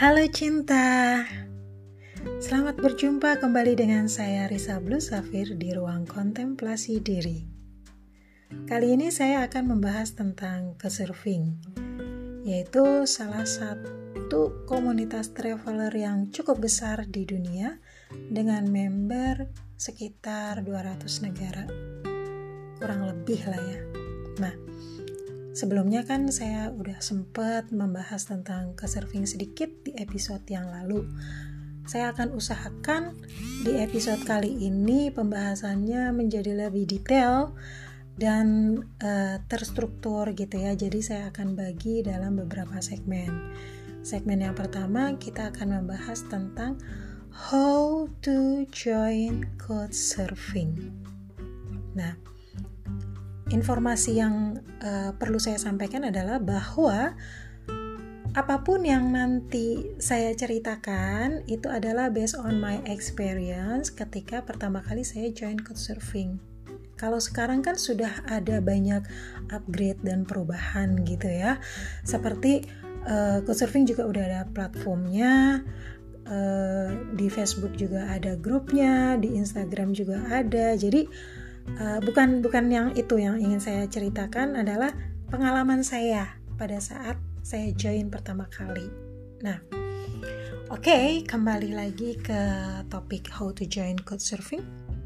Halo cinta, selamat berjumpa kembali dengan saya Risa Blue Safir di ruang kontemplasi diri. Kali ini saya akan membahas tentang Couchsurfing, yaitu salah satu komunitas traveler yang cukup besar di dunia dengan member sekitar 200 negara, kurang lebih lah ya. Nah, sebelumnya kan saya udah sempat membahas tentang Couchsurfing sedikit di episode yang lalu. Saya akan usahakan di episode kali ini pembahasannya menjadi lebih detail dan terstruktur gitu ya. Jadi saya akan bagi dalam beberapa segmen. Segmen yang pertama kita akan membahas tentang how to join Couchsurfing. Nah, informasi yang perlu saya sampaikan adalah bahwa apapun yang nanti saya ceritakan itu adalah based on my experience ketika pertama kali saya join Couchsurfing. Kalau sekarang kan sudah ada banyak upgrade dan perubahan gitu ya. Seperti Couchsurfing juga udah ada platformnya, di Facebook juga ada grupnya, di Instagram juga ada. Jadi bukan yang itu yang ingin saya ceritakan, adalah pengalaman saya pada saat saya join pertama kali. Nah, oke, kembali lagi ke topik how to join Couchsurfing.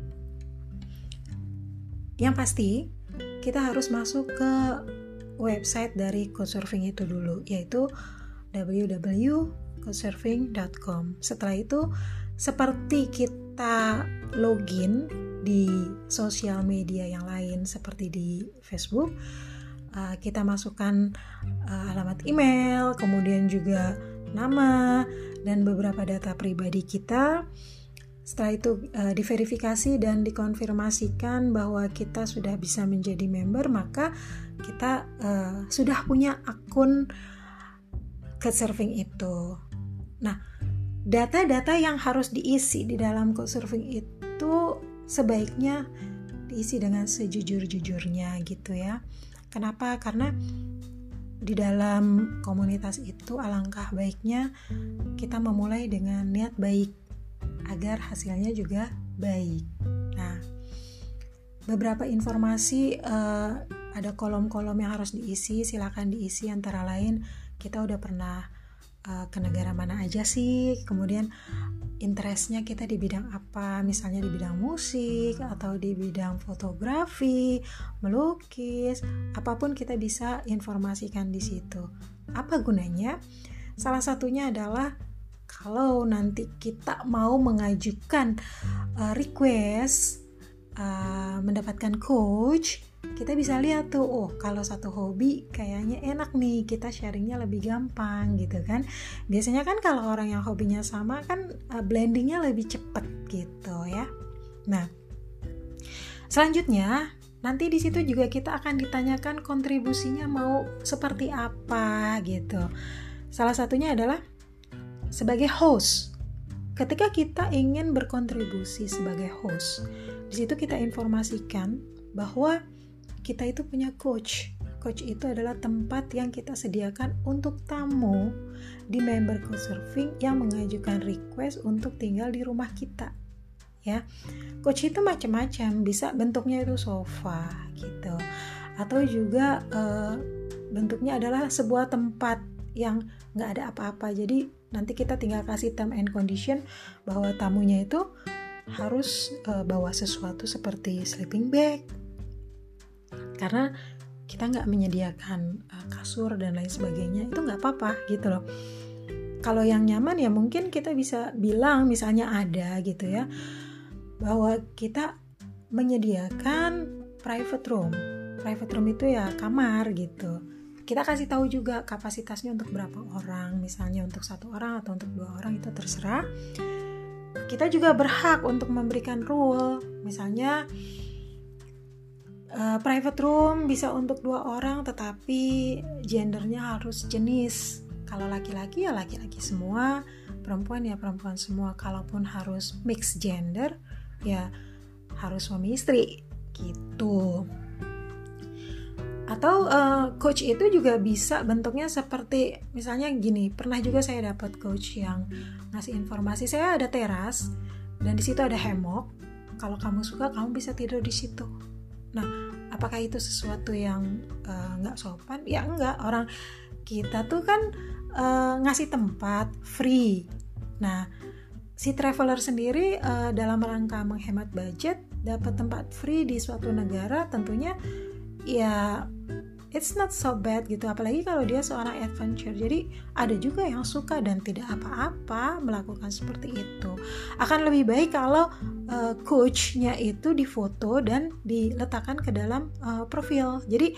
Yang pasti kita harus masuk ke website dari Couchsurfing itu dulu, yaitu www.couchsurfing.com. Setelah itu, seperti kita login di sosial media yang lain seperti di Facebook, kita masukkan alamat email, kemudian juga nama dan beberapa data pribadi kita. Setelah itu diverifikasi dan dikonfirmasikan bahwa kita sudah bisa menjadi member, maka kita sudah punya akun Couchsurfing itu. Nah, data-data yang harus diisi di dalam Couchsurfing itu sebaiknya diisi dengan sejujur-jujurnya gitu ya. Kenapa? Karena di dalam komunitas itu alangkah baiknya kita memulai dengan niat baik agar hasilnya juga baik. Nah, beberapa informasi, ada kolom-kolom yang harus diisi, silakan diisi, antara lain kita udah pernah ke negara mana aja sih, kemudian interestnya kita di bidang apa, misalnya di bidang musik atau di bidang fotografi, melukis, apapun kita bisa informasikan di situ. Apa gunanya? Salah satunya adalah kalau nanti kita mau mengajukan request mendapatkan coach, kita bisa lihat tuh, oh kalau satu hobi kayaknya enak nih, kita sharingnya lebih gampang gitu kan. Biasanya kan kalau orang yang hobinya sama kan blendingnya lebih cepet gitu ya. Nah, selanjutnya nanti di situ juga kita akan ditanyakan kontribusinya mau seperti apa gitu. Salah satunya adalah sebagai host. Ketika kita ingin berkontribusi sebagai host, di situ kita informasikan bahwa kita itu punya coach. Coach itu adalah tempat yang kita sediakan untuk tamu di member Couchsurfing yang mengajukan request untuk tinggal di rumah kita. Ya, coach itu macam-macam, bisa bentuknya itu sofa gitu, atau juga bentuknya adalah sebuah tempat yang nggak ada apa-apa. Jadi nanti kita tinggal kasih term and condition bahwa tamunya itu harus bawa sesuatu seperti sleeping bag, karena kita nggak menyediakan kasur dan lain sebagainya, itu nggak apa-apa gitu loh. Kalau yang nyaman ya mungkin kita bisa bilang misalnya ada gitu ya, bahwa kita menyediakan private room. Private room itu ya kamar gitu. Kita kasih tahu juga kapasitasnya untuk berapa orang, misalnya untuk 1 orang atau untuk 2 orang, itu terserah. Kita juga berhak untuk memberikan rule, misalnya private room bisa untuk 2 orang tetapi gendernya harus jenis. Kalau laki-laki ya laki-laki semua, perempuan ya perempuan semua. Kalaupun harus mix gender ya harus suami istri gitu. Atau coach itu juga bisa bentuknya seperti misalnya gini, pernah juga saya dapat coach yang ngasih informasi, saya ada teras dan di situ ada hammock, kalau kamu suka kamu bisa tidur di situ. Nah, apakah itu sesuatu yang nggak sopan? Ya enggak, orang kita tuh kan ngasih tempat free. Nah, si traveler sendiri dalam rangka menghemat budget dapat tempat free di suatu negara, tentunya ya it's not so bad gitu, apalagi kalau dia seorang adventure. Jadi ada juga yang suka dan tidak apa-apa melakukan seperti itu. Akan lebih baik kalau coachnya itu difoto dan diletakkan ke dalam profil. Jadi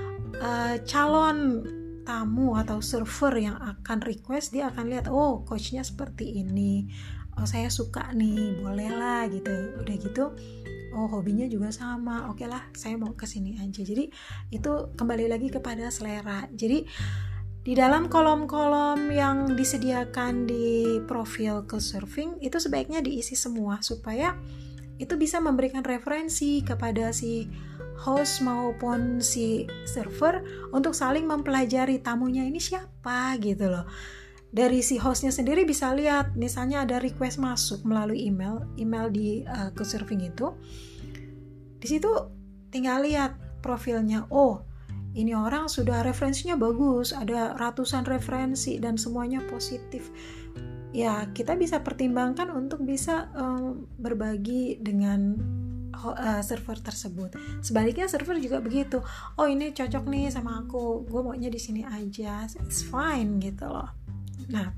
calon tamu atau server yang akan request, dia akan lihat, oh coachnya seperti ini, oh saya suka nih, bolehlah gitu. Udah gitu, oh hobinya juga sama, oke lah saya mau kesini aja. Jadi itu kembali lagi kepada selera. Jadi di dalam kolom-kolom yang disediakan di profil Couchsurfing itu sebaiknya diisi semua, supaya itu bisa memberikan referensi kepada si host maupun si server untuk saling mempelajari tamunya ini siapa gitu loh. Dari si hostnya sendiri bisa lihat, misalnya ada request masuk melalui email di Couchsurfing itu, di situ tinggal lihat profilnya, oh ini orang sudah referensinya bagus, ada ratusan referensi dan semuanya positif. Ya kita bisa pertimbangkan untuk bisa berbagi dengan server tersebut. Sebaliknya server juga begitu, oh ini cocok nih sama aku, gue maunya di sini aja, it's fine gitu loh. Nah,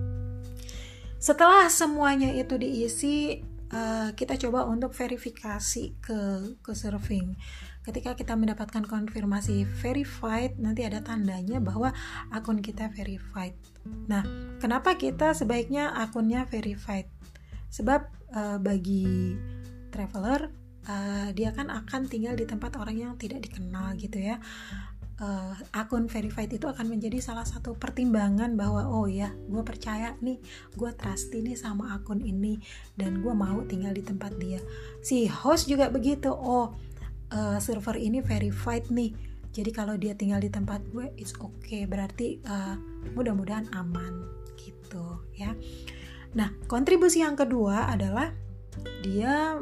setelah semuanya itu diisi, kita coba untuk verifikasi ke Couchsurfing. Ketika kita mendapatkan konfirmasi verified, nanti ada tandanya bahwa akun kita verified. Nah, kenapa kita sebaiknya akunnya verified? Sebab bagi traveler, dia kan akan tinggal di tempat orang yang tidak dikenal gitu ya. Akun verified itu akan menjadi salah satu pertimbangan bahwa oh ya, gue percaya nih, gue trusty nih sama akun ini dan gue mau tinggal di tempat dia. Si host juga begitu, oh server ini verified nih, jadi kalau dia tinggal di tempat gue it's okay, berarti mudah-mudahan aman gitu ya. Nah, kontribusi yang kedua adalah dia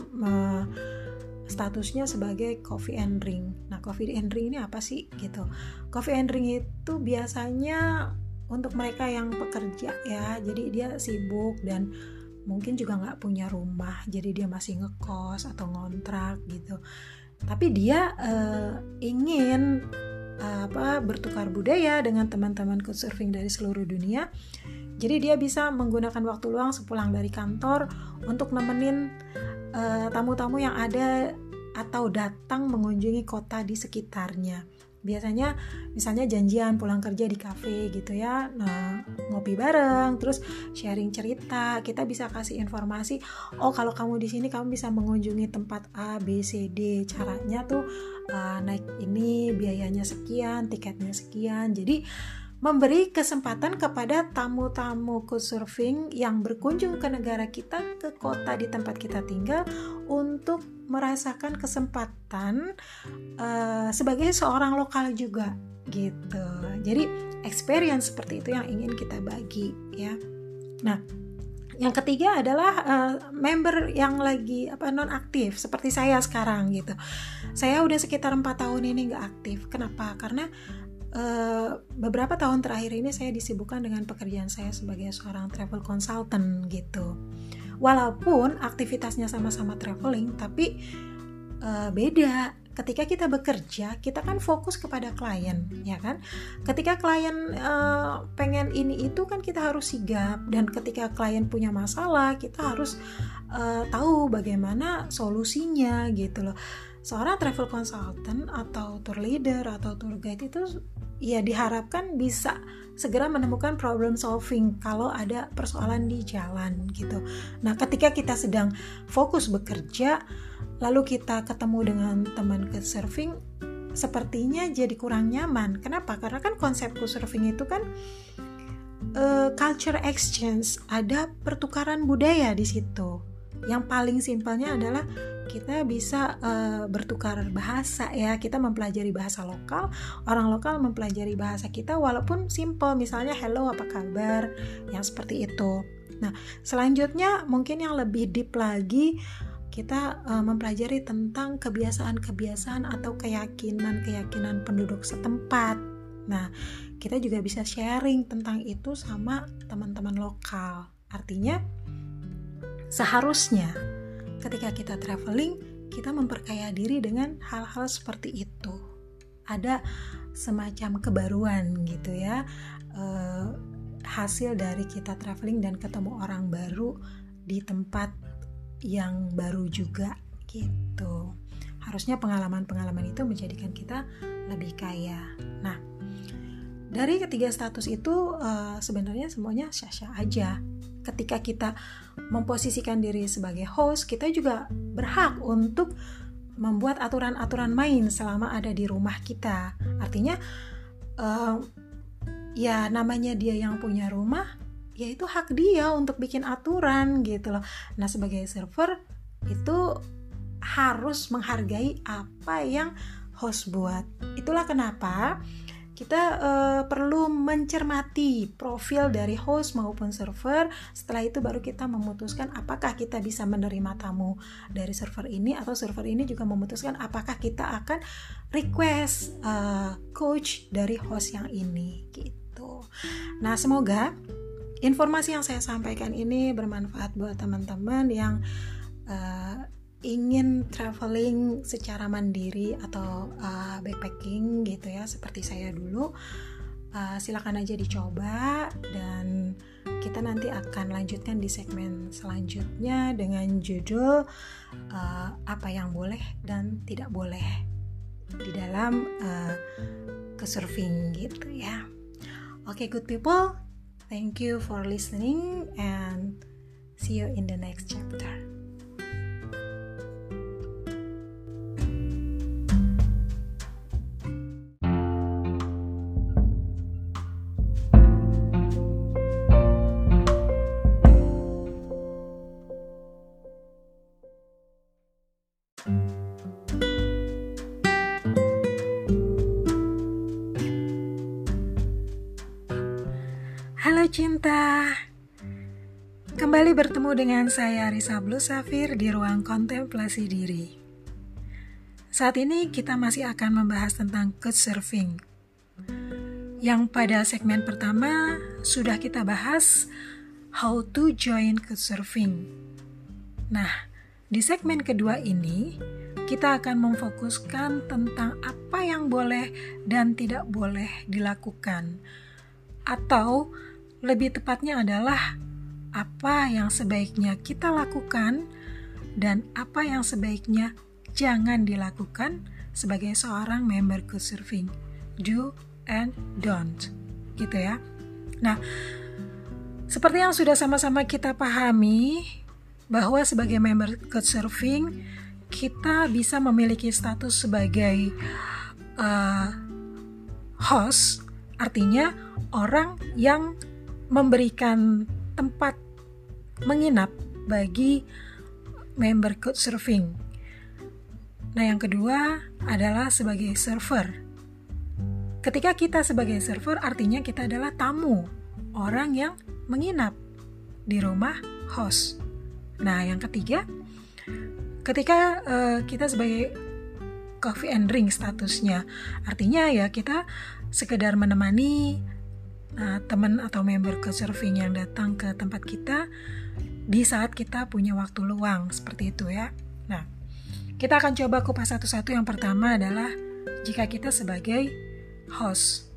statusnya sebagai coffee and drink. Nah, coffee and drink ini apa sih gitu? Coffee and drink itu biasanya untuk mereka yang pekerja ya, jadi dia sibuk dan mungkin juga nggak punya rumah, jadi dia masih ngekos atau ngontrak gitu. Tapi dia ingin bertukar budaya dengan teman-teman Couchsurfing dari seluruh dunia. Jadi dia bisa menggunakan waktu luang sepulang dari kantor untuk nemenin tamu-tamu yang ada atau datang mengunjungi kota di sekitarnya. Biasanya misalnya janjian pulang kerja di kafe gitu ya, nah, ngopi bareng, terus sharing cerita. Kita bisa kasih informasi, oh kalau kamu di sini kamu bisa mengunjungi tempat A, B, C, D. Caranya tuh naik ini, biayanya sekian, tiketnya sekian. Jadi memberi kesempatan kepada tamu-tamu Couchsurfing yang berkunjung ke negara kita, ke kota di tempat kita tinggal, untuk merasakan kesempatan sebagai seorang lokal juga gitu. Jadi experience seperti itu yang ingin kita bagi ya. Nah, yang ketiga adalah member yang lagi non aktif seperti saya sekarang gitu. Saya udah sekitar 4 tahun ini nggak aktif. Kenapa? Karena beberapa tahun terakhir ini saya disibukkan dengan pekerjaan saya sebagai seorang travel consultant gitu. Walaupun aktivitasnya sama-sama traveling, tapi beda. Ketika kita bekerja, kita kan fokus kepada klien, ya kan? Ketika klien pengen ini itu kan kita harus sigap, dan ketika klien punya masalah, kita harus tahu bagaimana solusinya gitu loh. Seorang travel consultant atau tour leader atau tour guide itu ya diharapkan bisa segera menemukan problem solving kalau ada persoalan di jalan gitu. Nah, ketika kita sedang fokus bekerja, lalu kita ketemu dengan teman Couchsurfing, sepertinya jadi kurang nyaman. Kenapa? Karena kan konsep Couchsurfing itu kan culture exchange, ada pertukaran budaya di situ. Yang paling simpelnya adalah kita bisa bertukar bahasa ya. Kita mempelajari bahasa lokal, orang lokal mempelajari bahasa kita walaupun simple, misalnya hello apa kabar, yang seperti itu. Nah, selanjutnya mungkin yang lebih deep lagi, kita mempelajari tentang kebiasaan-kebiasaan atau keyakinan penduduk setempat. Nah, kita juga bisa sharing tentang itu sama teman-teman lokal. Artinya, seharusnya ketika kita traveling, kita memperkaya diri dengan hal-hal seperti itu. Ada semacam kebaruan gitu ya, hasil dari kita traveling dan ketemu orang baru di tempat yang baru juga gitu. Harusnya pengalaman-pengalaman itu menjadikan kita lebih kaya. Nah, dari ketiga status itu sebenarnya semuanya syah-syah aja. Ketika kita memposisikan diri sebagai host, kita juga berhak untuk membuat aturan-aturan main selama ada di rumah kita. Artinya, ya namanya dia yang punya rumah, ya itu hak dia untuk bikin aturan gitu loh. Nah, sebagai server itu harus menghargai apa yang host buat. Itulah kenapa kita perlu mencermati profil dari host maupun server. Setelah itu baru kita memutuskan apakah kita bisa menerima tamu dari server ini, atau server ini juga memutuskan apakah kita akan request coach dari host yang ini gitu. Nah, semoga informasi yang saya sampaikan ini bermanfaat buat teman-teman yang ingin traveling secara mandiri atau backpacking gitu ya, seperti saya dulu. Silakan aja dicoba, dan kita nanti akan lanjutkan di segmen selanjutnya dengan judul apa yang boleh dan tidak boleh di dalam ke-surfing gitu ya. Oke, good people, thank you for listening and see you in the next chapter. Halo cinta, kembali bertemu dengan saya Risa Blue Safir di ruang kontemplasi diri. Saat ini kita masih akan membahas tentang couchsurfing, yang pada segmen pertama sudah kita bahas how to join couchsurfing. Nah, di segmen kedua ini kita akan memfokuskan tentang apa yang boleh dan tidak boleh dilakukan, atau lebih tepatnya adalah apa yang sebaiknya kita lakukan dan apa yang sebaiknya jangan dilakukan sebagai seorang member couchsurfing. Do and don't, gitu ya. Nah, seperti yang sudah sama-sama kita pahami, bahwa sebagai member couchsurfing kita bisa memiliki status sebagai host, artinya orang yang memberikan tempat menginap bagi member couchsurfing. Nah, yang kedua adalah sebagai server. Ketika kita sebagai server, artinya kita adalah tamu, orang yang menginap di rumah host. Nah, yang ketiga, ketika kita sebagai coffee and drink statusnya, artinya ya kita sekedar menemani teman atau member couchsurfing yang datang ke tempat kita di saat kita punya waktu luang, seperti itu ya. Nah, kita akan coba kupas satu-satu. Yang pertama adalah jika kita sebagai host.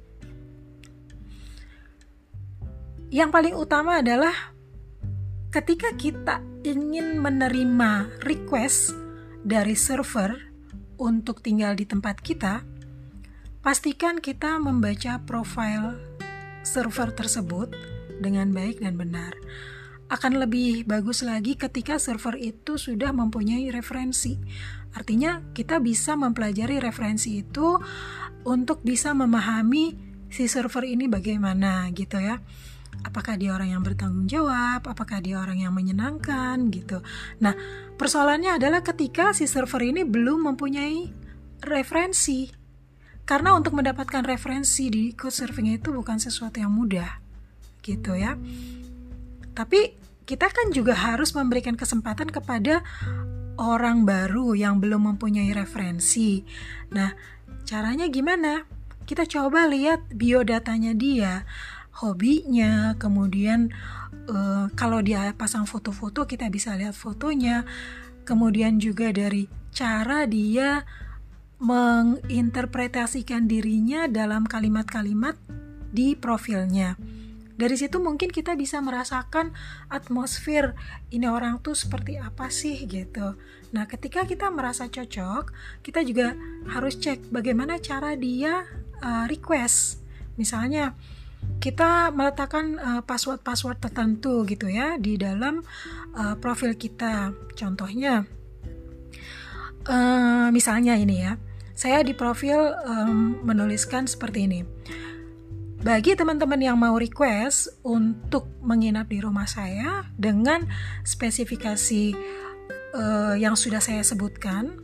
Yang paling utama adalah ketika kita ingin menerima request dari server untuk tinggal di tempat kita, pastikan kita membaca profil server tersebut dengan baik dan benar. Akan lebih bagus lagi ketika server itu sudah mempunyai referensi. Artinya kita bisa mempelajari referensi itu untuk bisa memahami si server ini bagaimana gitu ya. Apakah dia orang yang bertanggung jawab, apakah dia orang yang menyenangkan gitu. Nah, persoalannya adalah ketika si server ini belum mempunyai referensi. Karena untuk mendapatkan referensi di Couchsurfing itu bukan sesuatu yang mudah gitu ya. Tapi kita kan juga harus memberikan kesempatan kepada orang baru yang belum mempunyai referensi. Nah, caranya gimana? Kita coba lihat biodatanya dia, hobinya, kemudian kalau dia pasang foto-foto kita bisa lihat fotonya, kemudian juga dari cara dia menginterpretasikan dirinya dalam kalimat-kalimat di profilnya. Dari situ mungkin kita bisa merasakan atmosfer ini orang tuh seperti apa sih gitu. Nah, ketika kita merasa cocok, kita juga harus cek bagaimana cara dia request. Misalnya kita meletakkan password-password tertentu gitu ya di dalam profil kita. Contohnya misalnya ini ya, saya di profil menuliskan seperti ini. Bagi teman-teman yang mau request untuk menginap di rumah saya dengan spesifikasi yang sudah saya sebutkan,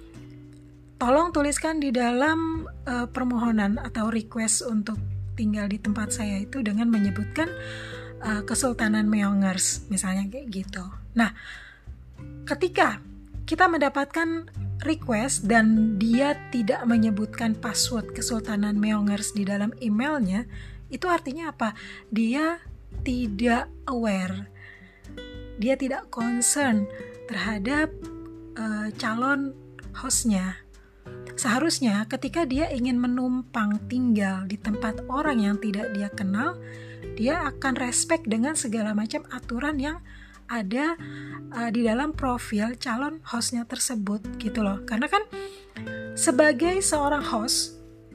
tolong tuliskan di dalam permohonan atau request untuk tinggal di tempat saya itu dengan menyebutkan Kesultanan Meongers, misalnya kayak gitu. Nah, ketika kita mendapatkan request dan dia tidak menyebutkan password Kesultanan Meongers di dalam emailnya, itu artinya apa? Dia tidak aware, dia tidak concern terhadap calon hostnya. Seharusnya ketika dia ingin menumpang tinggal di tempat orang yang tidak dia kenal, dia akan respect dengan segala macam aturan yang ada di dalam profil calon hostnya tersebut gitu loh. Karena kan sebagai seorang host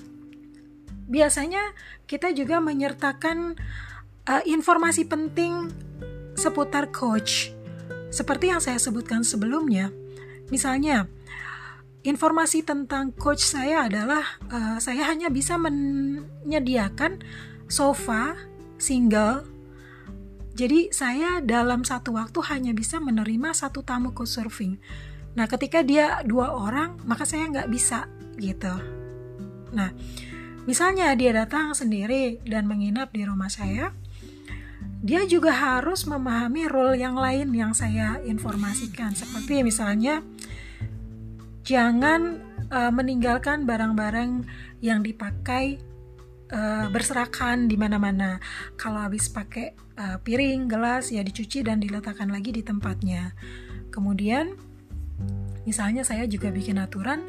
biasanya kita juga menyertakan informasi penting seputar coach seperti yang saya sebutkan sebelumnya. Misalnya informasi tentang coach saya adalah saya hanya bisa menyediakan sofa single. Jadi saya dalam satu waktu hanya bisa menerima satu tamu Couchsurfing. Nah, ketika dia 2 orang, maka saya nggak bisa gitu. Nah, misalnya dia datang sendiri dan menginap di rumah saya, dia juga harus memahami role yang lain yang saya informasikan. Seperti misalnya, jangan meninggalkan barang-barang yang dipakai berserakan di mana-mana. Kalau habis pakai piring, gelas ya dicuci dan diletakkan lagi di tempatnya. Kemudian misalnya saya juga bikin aturan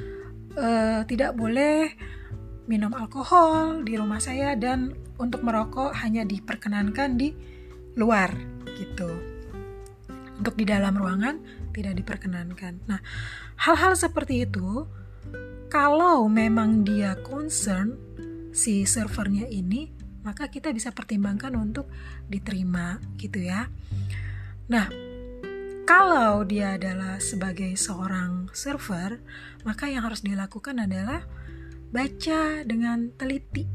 tidak boleh minum alkohol di rumah saya dan untuk merokok hanya diperkenankan di luar gitu. Untuk di dalam ruangan tidak diperkenankan. Nah, hal-hal seperti itu kalau memang dia concern si servernya ini, maka kita bisa pertimbangkan untuk diterima gitu ya. Nah, kalau dia adalah sebagai seorang server, maka yang harus dilakukan adalah baca dengan teliti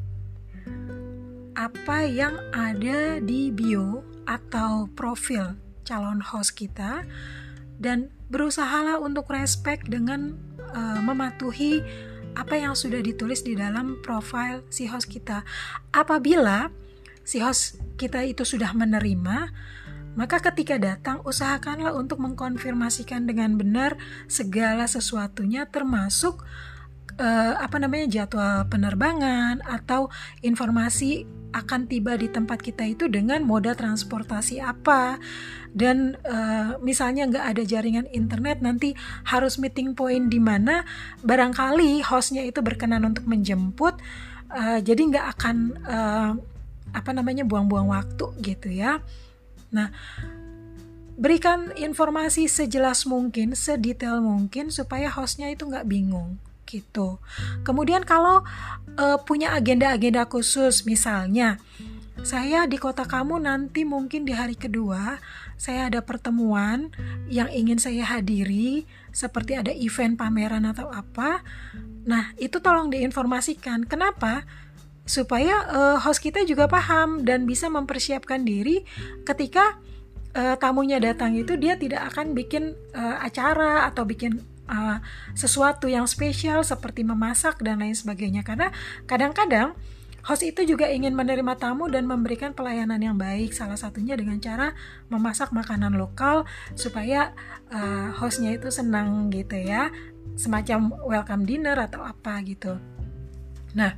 apa yang ada di bio atau profil calon host kita dan berusahalah untuk respect dengan mematuhi apa yang sudah ditulis di dalam profil si host kita. Apabila si host kita itu sudah menerima, maka ketika datang usahakanlah untuk mengkonfirmasikan dengan benar segala sesuatunya termasuk jadwal penerbangan atau informasi akan tiba di tempat kita itu dengan moda transportasi apa, dan misalnya nggak ada jaringan internet nanti harus meeting point di mana, barangkali hostnya itu berkenan untuk menjemput, jadi nggak akan buang-buang waktu gitu ya. Nah, berikan informasi sejelas mungkin, sedetail mungkin supaya hostnya itu nggak bingung gitu. Kemudian kalau punya agenda-agenda khusus, misalnya saya di kota kamu nanti mungkin di hari kedua saya ada pertemuan yang ingin saya hadiri, seperti ada event pameran atau apa. Nah, itu tolong diinformasikan. Kenapa? supaya host kita juga paham dan bisa mempersiapkan diri ketika tamunya datang itu dia tidak akan bikin acara atau bikin sesuatu yang spesial seperti memasak dan lain sebagainya, karena kadang-kadang host itu juga ingin menerima tamu dan memberikan pelayanan yang baik, salah satunya dengan cara memasak makanan lokal supaya hostnya itu senang gitu ya, semacam welcome dinner atau apa gitu. Nah,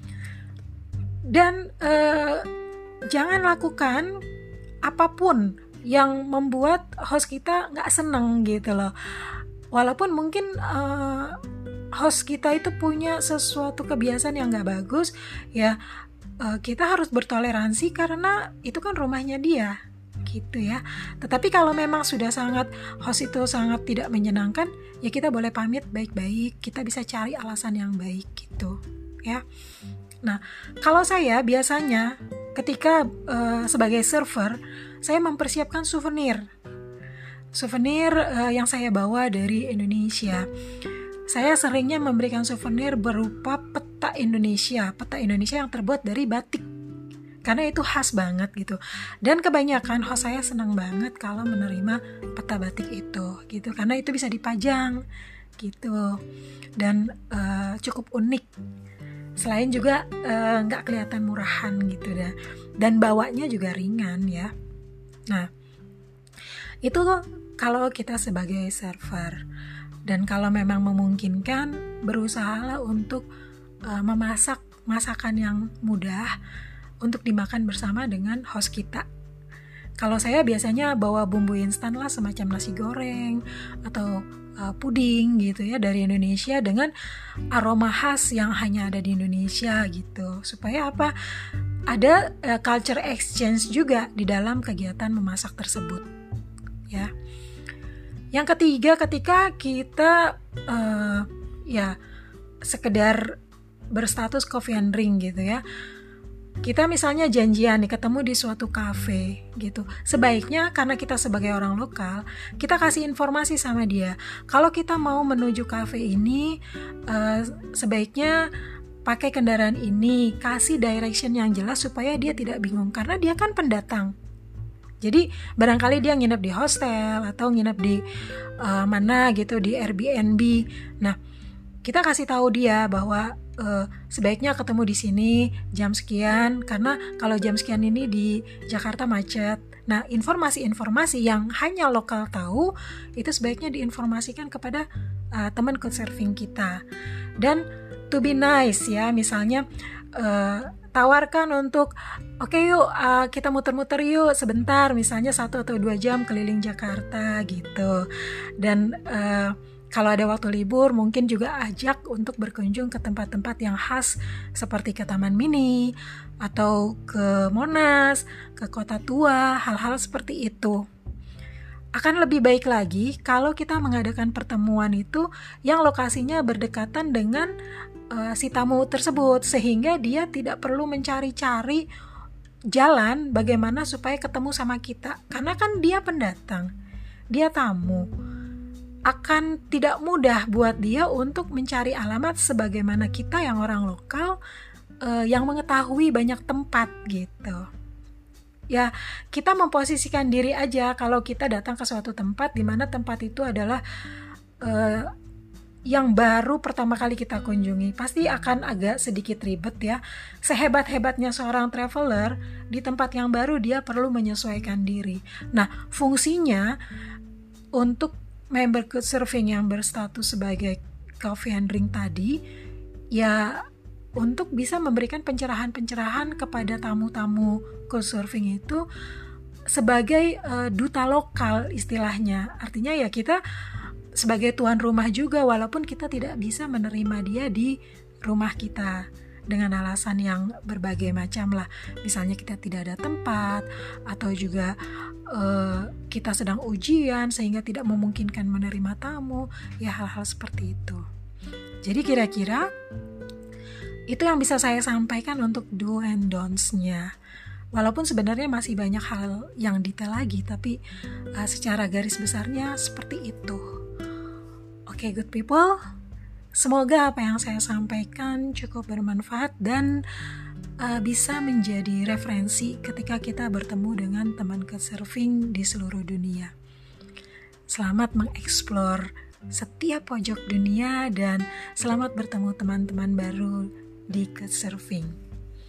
dan jangan lakukan apapun yang membuat host kita nggak seneng gitu loh. Walaupun mungkin host kita itu punya sesuatu kebiasaan yang nggak bagus, ya kita harus bertoleransi karena itu kan rumahnya dia gitu ya. Tetapi kalau memang sudah host itu sangat tidak menyenangkan, ya kita boleh pamit baik-baik, kita bisa cari alasan yang baik gitu ya. Nah, kalau saya biasanya ketika sebagai server, saya mempersiapkan souvenir yang saya bawa dari Indonesia. Saya seringnya memberikan souvenir berupa peta Indonesia yang terbuat dari batik, karena itu khas banget gitu. Dan kebanyakan host saya senang banget kalau menerima peta batik itu gitu, karena itu bisa dipajang gitu dan cukup unik. Selain juga nggak kelihatan murahan gitu dan bawanya juga ringan ya. Nah, itu kalau kita sebagai server. Dan kalau memang memungkinkan, berusahalah untuk memasak masakan yang mudah untuk dimakan bersama dengan host kita. Kalau saya biasanya bawa bumbu instan lah, semacam nasi goreng atau puding gitu ya dari Indonesia dengan aroma khas yang hanya ada di Indonesia gitu. Supaya apa? Ada culture exchange juga di dalam kegiatan memasak tersebut ya. Yang ketiga, ketika kita sekedar berstatus coffee and drink gitu ya, kita misalnya janjian nih ketemu di suatu cafe gitu, sebaiknya karena kita sebagai orang lokal, kita kasih informasi sama dia kalau kita mau menuju cafe ini, sebaiknya pakai kendaraan ini, kasih direction yang jelas supaya dia tidak bingung, karena dia kan pendatang. Jadi barangkali dia nginep di hostel atau nginep di mana gitu, di Airbnb. Nah, kita kasih tahu dia bahwa sebaiknya ketemu di sini jam sekian, karena kalau jam sekian ini di Jakarta macet. Nah, informasi-informasi yang hanya lokal tahu itu sebaiknya diinformasikan kepada teman couchsurfing kita. Dan to be nice ya, misalnya tawarkan untuk oke yuk kita muter-muter yuk sebentar, misalnya 1 atau 2 jam keliling Jakarta gitu. Dan kalau ada waktu libur mungkin juga ajak untuk berkunjung ke tempat-tempat yang khas seperti ke Taman Mini atau ke Monas, ke Kota Tua, hal-hal seperti itu. Akan lebih baik lagi kalau kita mengadakan pertemuan itu yang lokasinya berdekatan dengan si tamu tersebut, sehingga dia tidak perlu mencari-cari jalan bagaimana supaya ketemu sama kita, karena kan dia pendatang, dia tamu. Akan tidak mudah buat dia untuk mencari alamat sebagaimana kita yang orang lokal yang mengetahui banyak tempat gitu. Ya, kita memposisikan diri aja kalau kita datang ke suatu tempat di mana tempat itu adalah yang baru pertama kali kita kunjungi, pasti akan agak sedikit ribet ya. Sehebat-hebatnya seorang traveler, di tempat yang baru dia perlu menyesuaikan diri. Nah, fungsinya untuk member couchsurfing yang berstatus sebagai coffee and drink tadi, ya untuk bisa memberikan pencerahan-pencerahan kepada tamu-tamu couchsurfing itu sebagai duta lokal istilahnya. Artinya ya kita sebagai tuan rumah juga, walaupun kita tidak bisa menerima dia di rumah kita dengan alasan yang berbagai macam lah. Misalnya kita tidak ada tempat, atau juga kita sedang ujian sehingga tidak memungkinkan menerima tamu, ya hal-hal seperti itu. Jadi kira-kira itu yang bisa saya sampaikan untuk do and don'ts-nya. Walaupun sebenarnya masih banyak hal yang detail lagi, tapi secara garis besarnya seperti itu. Oke, good people, semoga apa yang saya sampaikan cukup bermanfaat dan bisa menjadi referensi ketika kita bertemu dengan teman Couchsurfing di seluruh dunia. Selamat mengeksplor setiap pojok dunia dan selamat bertemu teman-teman baru di Couchsurfing.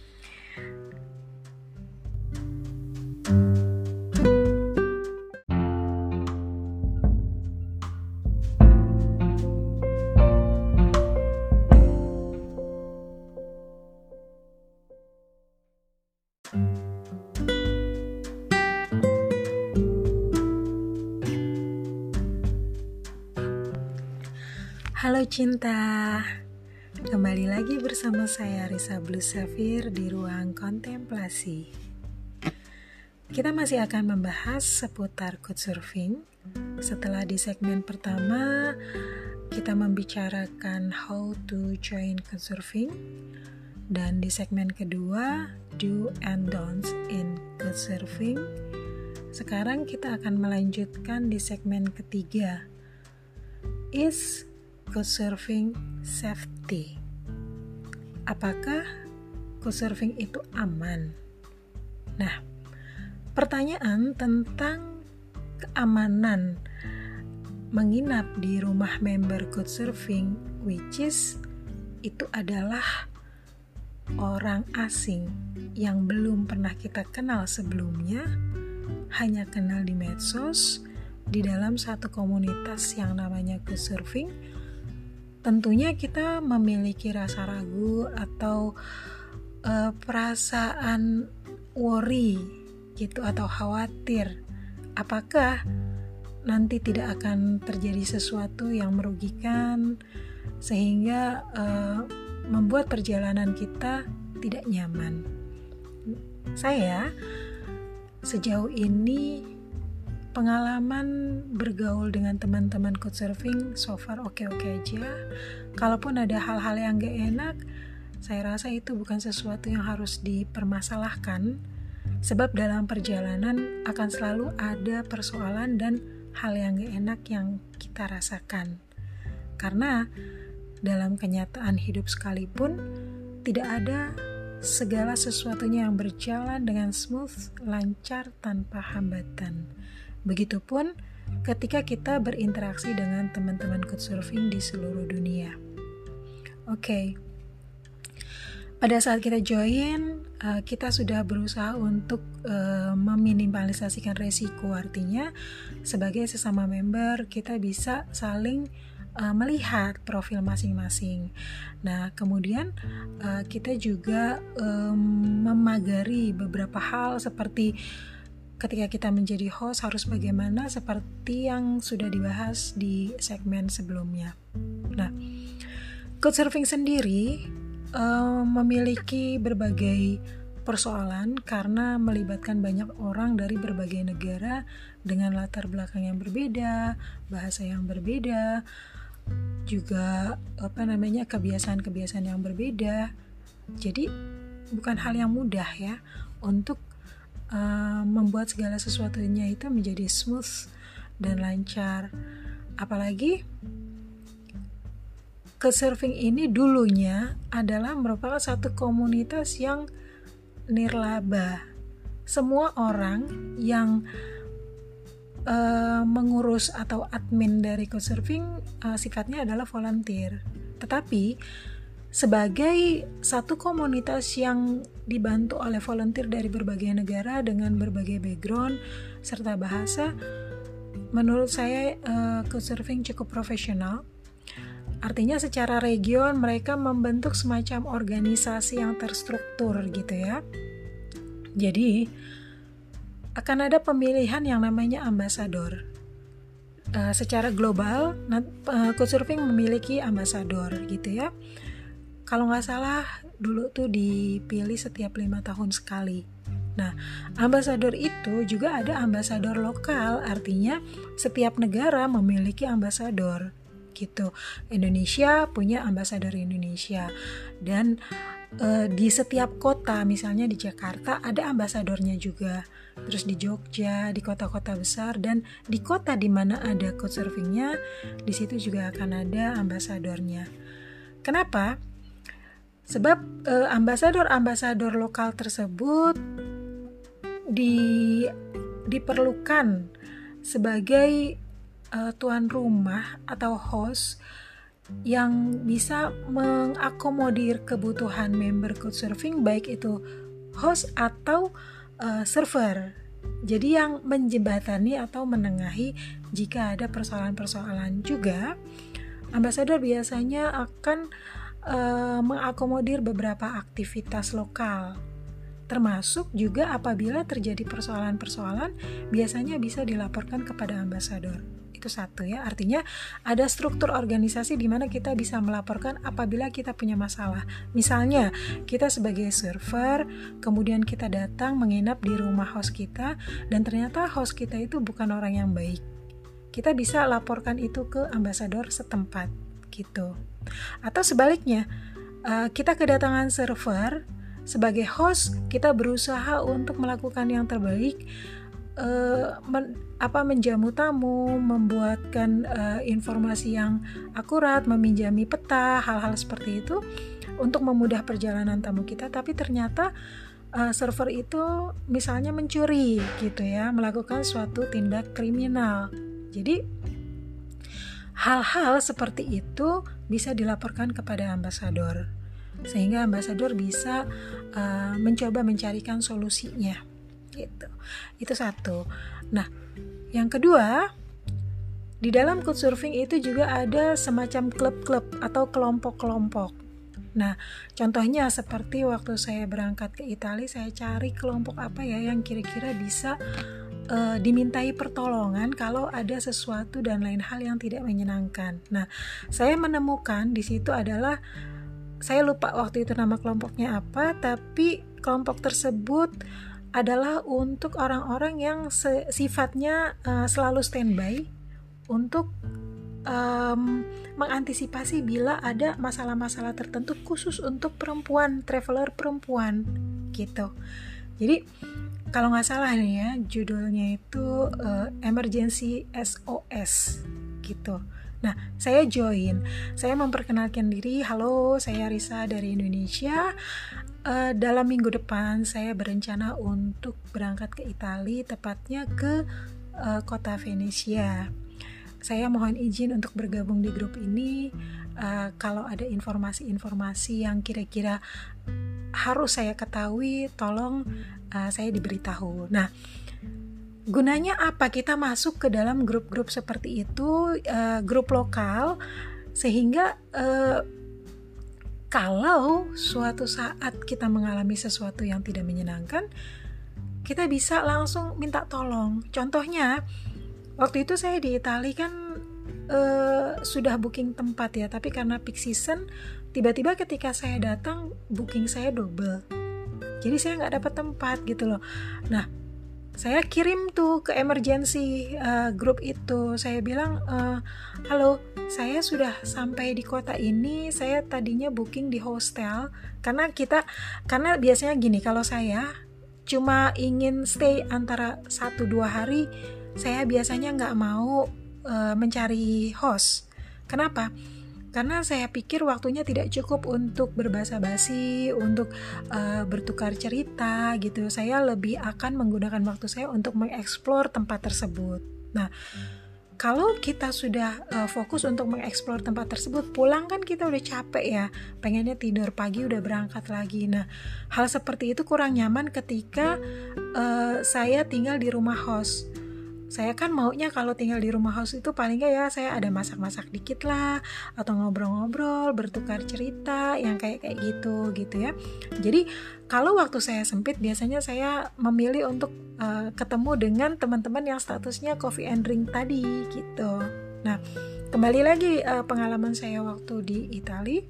Halo cinta, kembali lagi bersama saya Risa Blue Sapphire di ruang kontemplasi. Kita masih akan membahas seputar Couchsurfing. Setelah di segmen pertama kita membicarakan how to join Couchsurfing, dan di segmen kedua do and don'ts in Couchsurfing. Sekarang kita akan melanjutkan di segmen ketiga, is Couchsurfing safety. Apakah Couchsurfing itu aman? Nah, pertanyaan tentang keamanan menginap di rumah member Couchsurfing, which is itu adalah orang asing yang belum pernah kita kenal sebelumnya, hanya kenal di medsos, di dalam satu komunitas yang namanya Couchsurfing. Tentunya kita memiliki rasa ragu atau perasaan worry gitu, atau khawatir apakah nanti tidak akan terjadi sesuatu yang merugikan sehingga membuat perjalanan kita tidak nyaman. Saya sejauh ini pengalaman bergaul dengan teman-teman Couchsurfing so far oke-oke aja. Kalaupun ada hal-hal yang gak enak, saya rasa itu bukan sesuatu yang harus dipermasalahkan, sebab dalam perjalanan akan selalu ada persoalan dan hal yang gak enak yang kita rasakan. Karena dalam kenyataan hidup sekalipun tidak ada segala sesuatunya yang berjalan dengan smooth, lancar, tanpa hambatan. Begitupun ketika kita berinteraksi dengan teman-teman Couchsurfing di seluruh dunia. Oke. Pada saat kita join, kita sudah berusaha untuk meminimalisasikan resiko. Artinya, sebagai sesama member, kita bisa saling melihat profil masing-masing. Nah, kemudian kita juga memagari beberapa hal seperti ketika kita menjadi host harus bagaimana, seperti yang sudah dibahas di segmen sebelumnya. Nah, Couchsurfing sendiri memiliki berbagai persoalan karena melibatkan banyak orang dari berbagai negara dengan latar belakang yang berbeda, bahasa yang berbeda, juga kebiasaan-kebiasaan yang berbeda. Jadi bukan hal yang mudah ya untuk membuat segala sesuatunya itu menjadi smooth dan lancar. Apalagi Couchsurfing ini dulunya adalah merupakan satu komunitas yang nirlaba. Semua orang yang mengurus atau admin dari Couchsurfing sifatnya adalah volunteer. Tetapi sebagai satu komunitas yang dibantu oleh volunteer dari berbagai negara dengan berbagai background serta bahasa, menurut saya Couchsurfing cukup profesional. Artinya secara region mereka membentuk semacam organisasi yang terstruktur gitu ya. Jadi akan ada pemilihan yang namanya ambasador. Secara global Couchsurfing memiliki ambasador gitu ya. Kalau nggak salah dulu tuh dipilih setiap 5 tahun sekali. Nah, ambasador itu juga ada ambasador lokal, artinya setiap negara memiliki ambasador gitu. Indonesia punya ambasador Indonesia, dan di setiap kota, misalnya di Jakarta ada ambasadornya juga. Terus di Jogja, di kota-kota besar, dan di kota di mana ada Couchsurfingnya, di situ juga akan ada ambasadornya. Kenapa? Sebab ambasador-ambasador lokal tersebut diperlukan sebagai tuan rumah atau host yang bisa mengakomodir kebutuhan member Couchsurfing, baik itu host atau server. Jadi yang menjembatani atau menengahi jika ada persoalan-persoalan juga, ambasador biasanya akan mengakomodir beberapa aktivitas lokal, termasuk juga apabila terjadi persoalan-persoalan biasanya bisa dilaporkan kepada ambasador. Itu satu ya, artinya ada struktur organisasi di mana kita bisa melaporkan apabila kita punya masalah. Misalnya kita sebagai server, kemudian kita datang menginap di rumah host kita dan ternyata host kita itu bukan orang yang baik. Kita bisa laporkan itu ke ambasador setempat gitu. Atau sebaliknya, kita kedatangan server sebagai host, kita berusaha untuk melakukan yang terbaik, menjamu tamu, membuatkan informasi yang akurat, meminjami peta, hal-hal seperti itu untuk memudah perjalanan tamu kita. Tapi ternyata server itu misalnya mencuri gitu ya, melakukan suatu tindak kriminal. Jadi hal-hal seperti itu bisa dilaporkan kepada ambasador, sehingga ambasador bisa mencoba mencarikan solusinya gitu. Itu satu. Nah, yang kedua, di dalam Couchsurfing itu juga ada semacam klub-klub atau kelompok-kelompok. Nah, contohnya seperti waktu saya berangkat ke Italia, saya cari kelompok apa ya yang kira-kira bisa dimintai pertolongan kalau ada sesuatu dan lain hal yang tidak menyenangkan. Nah, saya menemukan di situ adalah, saya lupa waktu itu nama kelompoknya apa, tapi kelompok tersebut adalah untuk orang-orang yang sifatnya selalu standby untuk mengantisipasi bila ada masalah-masalah tertentu khusus untuk perempuan, traveler perempuan gitu. Jadi kalau nggak salah nih ya, judulnya itu Emergency SOS gitu. Nah, saya join, saya memperkenalkan diri, halo, saya Risa dari Indonesia. Dalam minggu depan saya berencana untuk berangkat ke Italia, tepatnya ke kota Venesia. Saya mohon izin untuk bergabung di grup ini. Kalau ada informasi-informasi yang kira-kira harus saya ketahui, tolong saya diberitahu. Nah, gunanya apa kita masuk ke dalam grup-grup seperti itu, grup lokal, sehingga kalau suatu saat kita mengalami sesuatu yang tidak menyenangkan, kita bisa langsung minta tolong. Contohnya, waktu itu saya di Italia kan sudah booking tempat ya, tapi karena peak season, tiba-tiba ketika saya datang booking saya double. Jadi saya nggak dapat tempat gitu loh. Nah, saya kirim tuh ke emergency group itu. Saya bilang, halo, saya sudah sampai di kota ini. Saya tadinya booking di hostel karena biasanya gini, kalau saya cuma ingin stay antara 1-2 hari, saya biasanya nggak mau mencari host. Kenapa? Karena saya pikir waktunya tidak cukup untuk berbasa-basi, untuk bertukar cerita gitu. Saya lebih akan menggunakan waktu saya untuk mengeksplor tempat tersebut. Nah, kalau kita sudah fokus untuk mengeksplor tempat tersebut, pulang kan kita udah capek ya, pengennya tidur, pagi udah berangkat lagi. Nah, hal seperti itu kurang nyaman ketika saya tinggal di rumah host. Saya kan maunya kalau tinggal di rumah host itu paling nggak ya saya ada masak-masak dikit lah, atau ngobrol-ngobrol, bertukar cerita yang kayak gitu ya. Jadi kalau waktu saya sempit, biasanya saya memilih untuk ketemu dengan teman-teman yang statusnya coffee and drink tadi gitu. Nah, kembali lagi pengalaman saya waktu di Italia.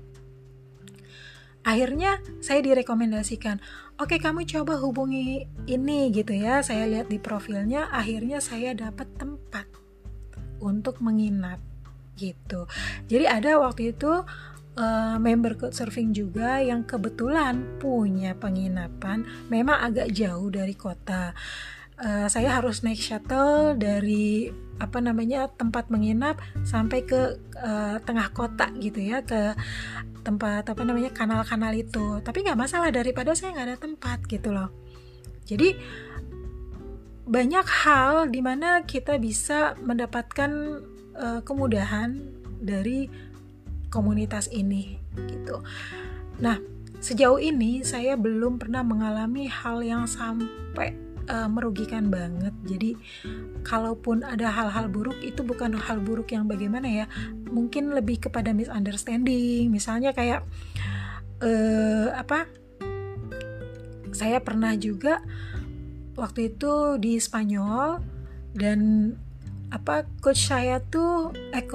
Akhirnya saya direkomendasikan, oke, kamu coba hubungi ini gitu ya. Saya lihat di profilnya, akhirnya saya dapat tempat untuk menginap gitu. Jadi ada waktu itu member Couchsurfing juga yang kebetulan punya penginapan memang agak jauh dari kota. Saya harus naik shuttle dari tempat menginap sampai ke tengah kota gitu ya, ke tempat kanal-kanal itu. Tapi nggak masalah, daripada saya nggak ada tempat gitu loh. Jadi banyak hal dimana kita bisa mendapatkan kemudahan dari komunitas ini gitu. Nah, sejauh ini saya belum pernah mengalami hal yang sampai merugikan banget. Jadi kalaupun ada hal-hal buruk, itu bukan hal buruk yang bagaimana ya, mungkin lebih kepada misunderstanding. Misalnya kayak saya pernah juga waktu itu di Spanyol, dan host saya tuh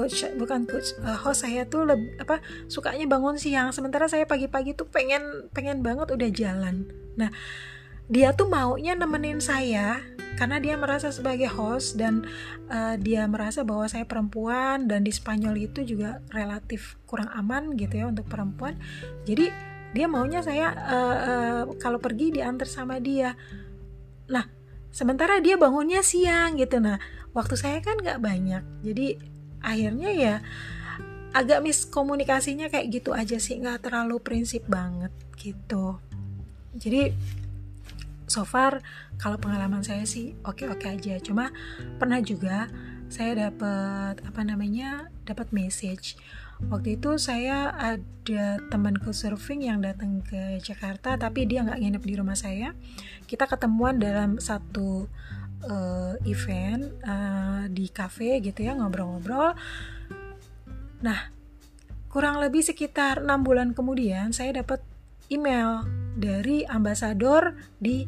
sukanya bangun siang, sementara saya pagi-pagi tuh pengen banget udah jalan. Nah, dia tuh maunya nemenin saya karena dia merasa sebagai host, dan dia merasa bahwa saya perempuan, dan di Spanyol itu juga relatif kurang aman gitu ya untuk perempuan. Jadi dia maunya saya kalau pergi diantar sama dia. Nah, sementara dia bangunnya siang gitu. Nah, waktu saya kan gak banyak, jadi akhirnya ya agak miskomunikasinya kayak gitu aja sih, gak terlalu prinsip banget gitu. Jadi so far kalau pengalaman saya sih oke-oke aja. Cuma pernah juga saya dapat message. Waktu itu saya ada teman couchsurfing yang datang ke Jakarta, tapi dia gak nginep di rumah saya. Kita ketemuan dalam satu event di cafe gitu ya, ngobrol-ngobrol. Nah, kurang lebih sekitar 6 bulan kemudian saya dapat email dari ambasador di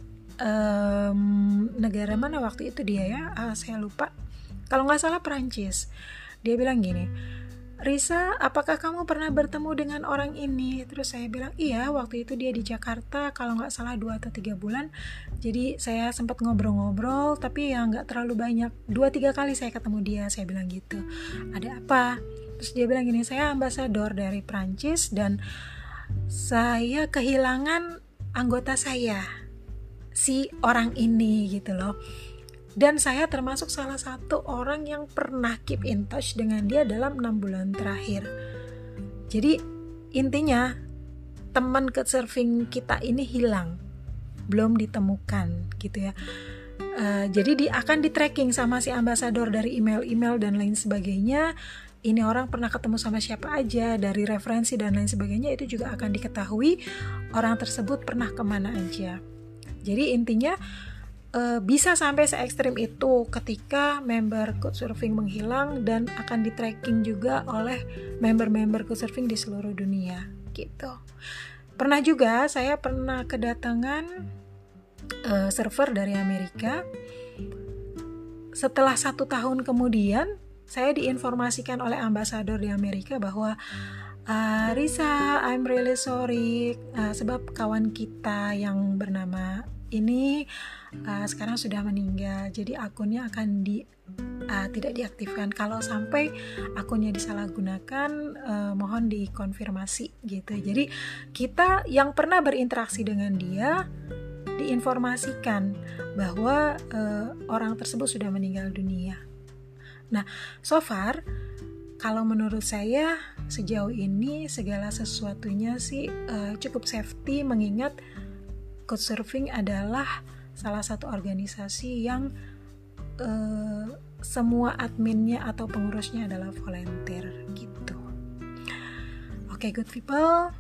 negara mana waktu itu dia ya, saya lupa, kalau nggak salah Perancis. Dia bilang gini, "Risa, apakah kamu pernah bertemu dengan orang ini?" Terus saya bilang, "Iya, waktu itu dia di Jakarta, kalau nggak salah 2 atau 3 bulan. Jadi saya sempat ngobrol-ngobrol, tapi ya nggak terlalu banyak. 2-3 kali saya ketemu dia." Saya bilang gitu. "Ada apa?" Terus dia bilang gini, "Saya ambasador dari Prancis dan saya kehilangan anggota saya, si orang ini gitu loh. Dan saya termasuk salah satu orang yang pernah keep in touch dengan dia dalam 6 bulan terakhir." Jadi intinya teman couchsurfing kita ini hilang, belum ditemukan gitu ya. Jadi dia akan di tracking sama si ambasador dari email-email dan lain sebagainya. Ini orang pernah ketemu sama siapa aja, dari referensi dan lain sebagainya, itu juga akan diketahui orang tersebut pernah kemana aja. Jadi intinya bisa sampai se-ekstrim itu ketika member couchsurfing menghilang, dan akan di-tracking juga oleh member-member couchsurfing di seluruh dunia gitu. Pernah juga saya kedatangan server dari Amerika. Setelah 1 tahun kemudian saya diinformasikan oleh ambasador di Amerika bahwa "Risa, I'm really sorry, sebab kawan kita yang bernama ini sekarang sudah meninggal, jadi akunnya akan tidak diaktifkan. Kalau sampai akunnya disalahgunakan, mohon dikonfirmasi," gitu. Jadi kita yang pernah berinteraksi dengan dia diinformasikan bahwa orang tersebut sudah meninggal dunia. Nah, so far kalau menurut saya sejauh ini segala sesuatunya sih cukup safety, mengingat couchsurfing adalah salah satu organisasi yang semua adminnya atau pengurusnya adalah volunteer gitu. Oke, good people,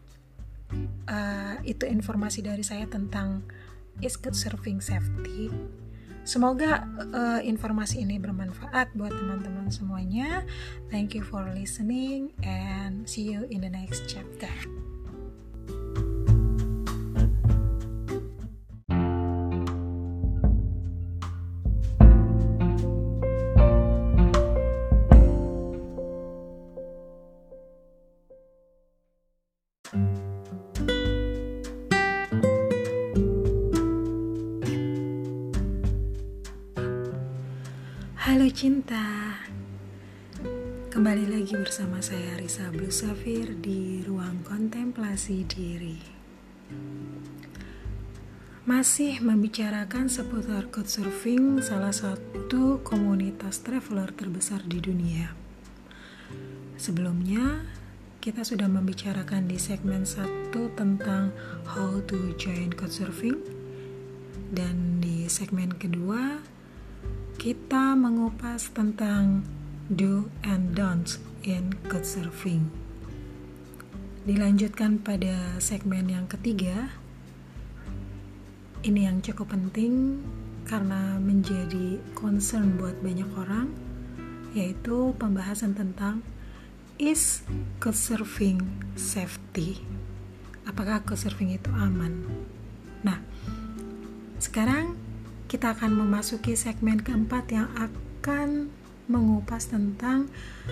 itu informasi dari saya tentang is couchsurfing safety. Semoga informasi ini bermanfaat buat teman-teman semuanya. Thank you for listening and see you in the next chapter. Halo cinta, kembali lagi bersama saya Risa Blue Sapphire di ruang kontemplasi diri. Masih membicarakan seputar couchsurfing, salah satu komunitas traveler terbesar di dunia. Sebelumnya kita sudah membicarakan di segmen 1 tentang how to join Couchsurfing, dan di segmen kedua kita mengupas tentang do and don'ts in Couchsurfing. Dilanjutkan pada segmen yang ketiga, ini yang cukup penting karena menjadi concern buat banyak orang, yaitu pembahasan tentang is Couchsurfing safety? Apakah Couchsurfing itu aman? Nah, sekarang kita akan memasuki segmen keempat yang akan mengupas tentang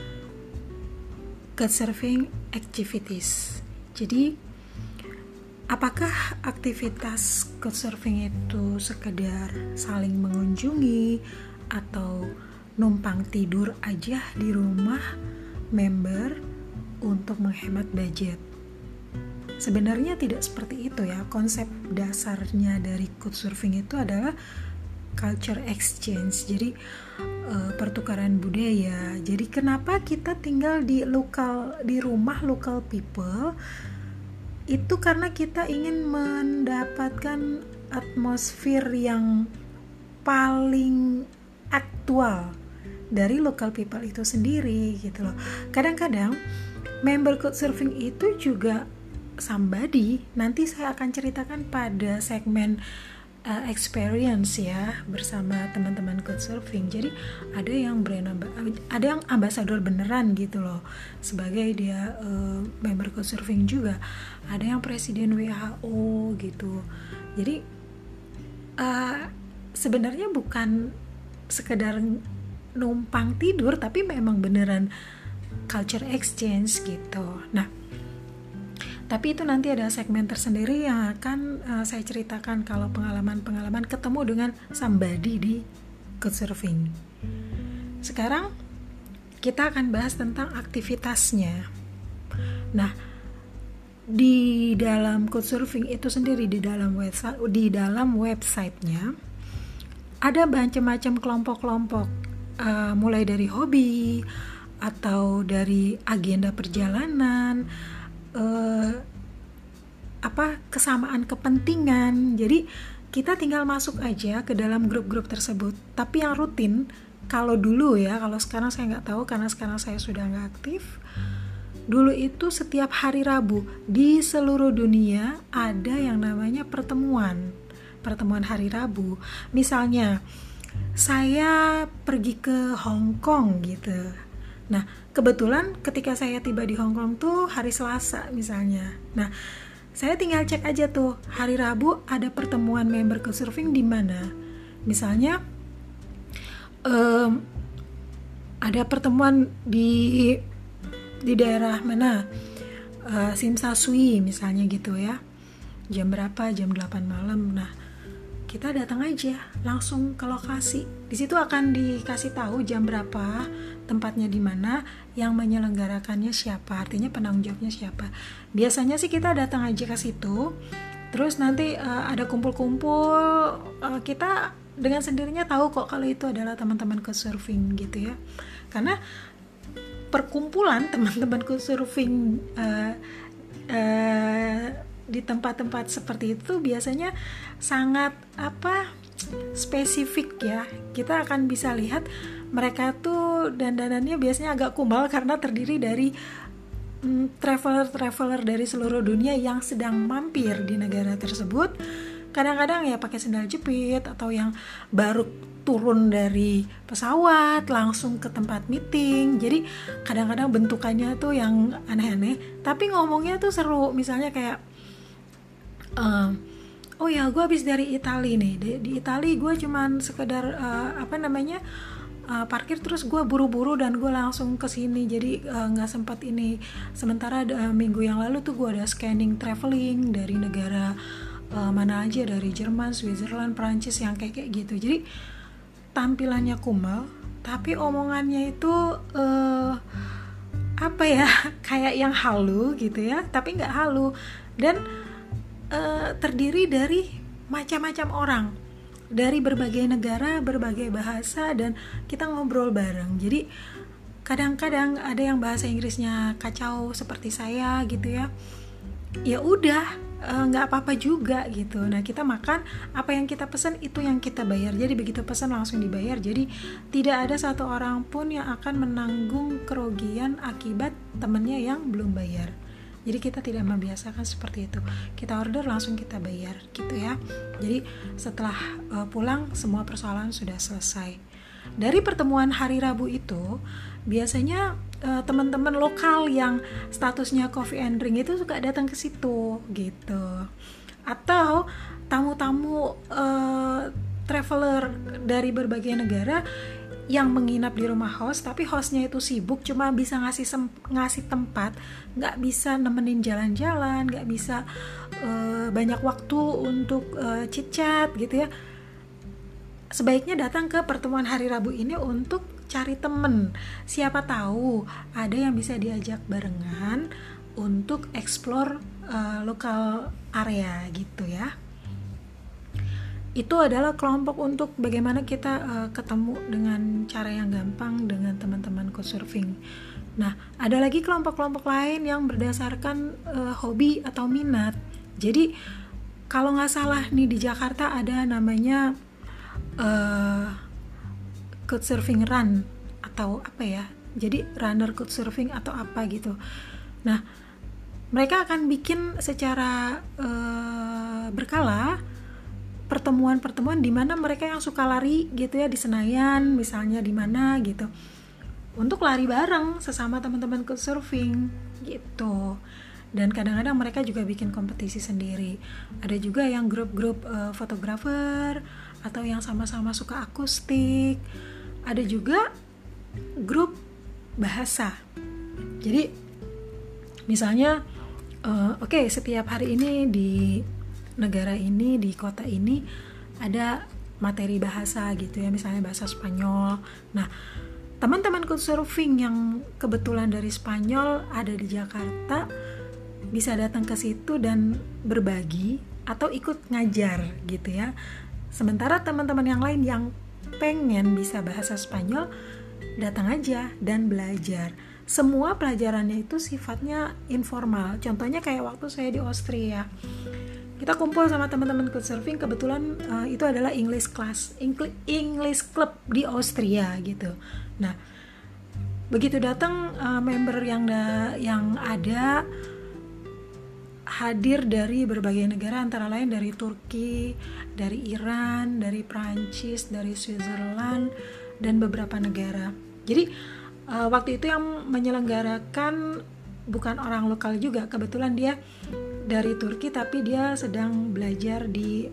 Couchsurfing activities. Jadi, apakah aktivitas Couchsurfing itu sekedar saling mengunjungi atau numpang tidur aja di rumah member untuk menghemat budget? Sebenarnya tidak seperti itu ya. Konsep dasarnya dari Couchsurfing itu adalah culture exchange, jadi pertukaran budaya. Jadi kenapa kita tinggal di rumah local people? Itu karena kita ingin mendapatkan atmosfer yang paling aktual dari local people itu sendiri gitu loh. Kadang-kadang member Couchsurfing itu juga somebody. Nanti saya akan ceritakan pada segmen experience ya bersama teman-teman Couchsurfing. Jadi ada yang ada yang ambasador beneran gitu loh, sebagai dia member Couchsurfing juga. Ada yang presiden WHO gitu. Jadi sebenarnya bukan sekedar numpang tidur, tapi memang beneran culture exchange gitu. Nah, tapi itu nanti ada segmen tersendiri yang akan saya ceritakan kalau pengalaman-pengalaman ketemu dengan somebody di Couchsurfing. Sekarang kita akan bahas tentang aktivitasnya. Nah, di dalam Couchsurfing itu sendiri, di dalam website-nya ada macam-macam kelompok-kelompok, mulai dari hobi atau dari agenda perjalanan, kesamaan kepentingan. Jadi kita tinggal masuk aja ke dalam grup-grup tersebut. Tapi yang rutin, kalau dulu ya, kalau sekarang saya nggak tahu karena sekarang saya sudah nggak aktif. Dulu itu setiap hari Rabu di seluruh dunia ada yang namanya pertemuan hari Rabu. Misalnya saya pergi ke Hong Kong gitu. Nah, kebetulan ketika saya tiba di Hong Kong tuh hari Selasa misalnya. Nah, saya tinggal cek aja tuh hari Rabu ada pertemuan member Couchsurfing di mana. Misalnya ada pertemuan di daerah mana, Simsasui misalnya gitu ya. Jam berapa? Jam 8 malam. Nah, kita datang aja langsung ke lokasi. Di situ akan dikasih tahu jam berapa, tempatnya di mana, yang menyelenggarakannya siapa, artinya penanggung jawabnya siapa. Biasanya sih kita datang aja ke situ, terus nanti ada kumpul-kumpul, kita dengan sendirinya tahu kok kalau itu adalah teman-teman Couchsurfing gitu ya. Karena perkumpulan teman-teman Couchsurfing di tempat-tempat seperti itu biasanya sangat spesifik ya. Kita akan bisa lihat mereka tuh dandanannya biasanya agak kumbal karena terdiri dari traveler dari seluruh dunia yang sedang mampir di negara tersebut. Kadang-kadang ya pakai sendal jepit, atau yang baru turun dari pesawat langsung ke tempat meeting. Jadi kadang-kadang bentukannya tuh yang aneh-aneh, tapi ngomongnya tuh seru. Misalnya kayak oh ya, gue habis dari Itali nih. Di Itali gue cuman sekedar parkir, terus gue buru-buru dan gue langsung ke sini, jadi nggak sempat ini. Sementara minggu yang lalu tuh gue ada scanning traveling dari negara mana aja, dari Jerman, Switzerland, Prancis, yang kayak gitu. Jadi tampilannya kumal, tapi omongannya itu kayak yang halu gitu ya, tapi nggak halu. Dan terdiri dari macam-macam orang dari berbagai negara, berbagai bahasa, dan kita ngobrol bareng. Jadi kadang-kadang ada yang bahasa Inggrisnya kacau seperti saya gitu ya, ya udah, nggak apa-apa juga gitu. Nah, kita makan apa yang kita pesan, itu yang kita bayar. Jadi begitu pesan langsung dibayar. Jadi tidak ada satu orang pun yang akan menanggung kerugian akibat temennya yang belum bayar. Jadi kita tidak membiasakan seperti itu. Kita order langsung kita bayar gitu ya. Jadi setelah pulang semua persoalan sudah selesai. Dari pertemuan hari Rabu itu biasanya teman-teman lokal yang statusnya coffee and drink itu suka datang ke situ gitu, atau tamu-tamu traveler dari berbagai negara yang menginap di rumah host, tapi hostnya itu sibuk, cuma bisa ngasih tempat, nggak bisa nemenin jalan-jalan, nggak bisa banyak waktu untuk chit-chat gitu ya. Sebaiknya datang ke pertemuan hari Rabu ini untuk cari temen, siapa tahu ada yang bisa diajak barengan untuk explore lokal area gitu ya. Itu adalah kelompok untuk bagaimana kita ketemu dengan cara yang gampang dengan teman-teman Couchsurfing. Nah, ada lagi kelompok-kelompok lain yang berdasarkan hobi atau minat. Jadi kalau nggak salah nih di Jakarta ada namanya Couchsurfing Run atau apa ya, jadi runner Couchsurfing atau apa gitu. Nah, mereka akan bikin secara berkala pertemuan-pertemuan di mana mereka yang suka lari gitu ya, di Senayan misalnya, di mana gitu, untuk lari bareng sesama teman-teman Couchsurfing gitu. Dan kadang-kadang mereka juga bikin kompetisi sendiri. Ada juga yang grup-grup fotografer atau yang sama-sama suka akustik. Ada juga grup bahasa. Jadi misalnya setiap hari ini di negara ini, di kota ini ada materi bahasa gitu ya, misalnya bahasa Spanyol. Nah, teman-teman Couchsurfing yang kebetulan dari Spanyol ada di Jakarta bisa datang ke situ dan berbagi atau ikut ngajar gitu ya. Sementara teman-teman yang lain yang pengen bisa bahasa Spanyol datang aja dan belajar. Semua pelajarannya itu sifatnya informal. Contohnya kayak waktu saya di Austria, kita kumpul sama teman-teman Couchsurfing, kebetulan itu adalah English Club di Austria gitu. Nah, begitu datang member yang ada hadir dari berbagai negara, antara lain dari Turki, dari Iran, dari Prancis, dari Switzerland, dan beberapa negara. Jadi waktu itu yang menyelenggarakan bukan orang lokal juga, kebetulan dia dari Turki tapi dia sedang belajar di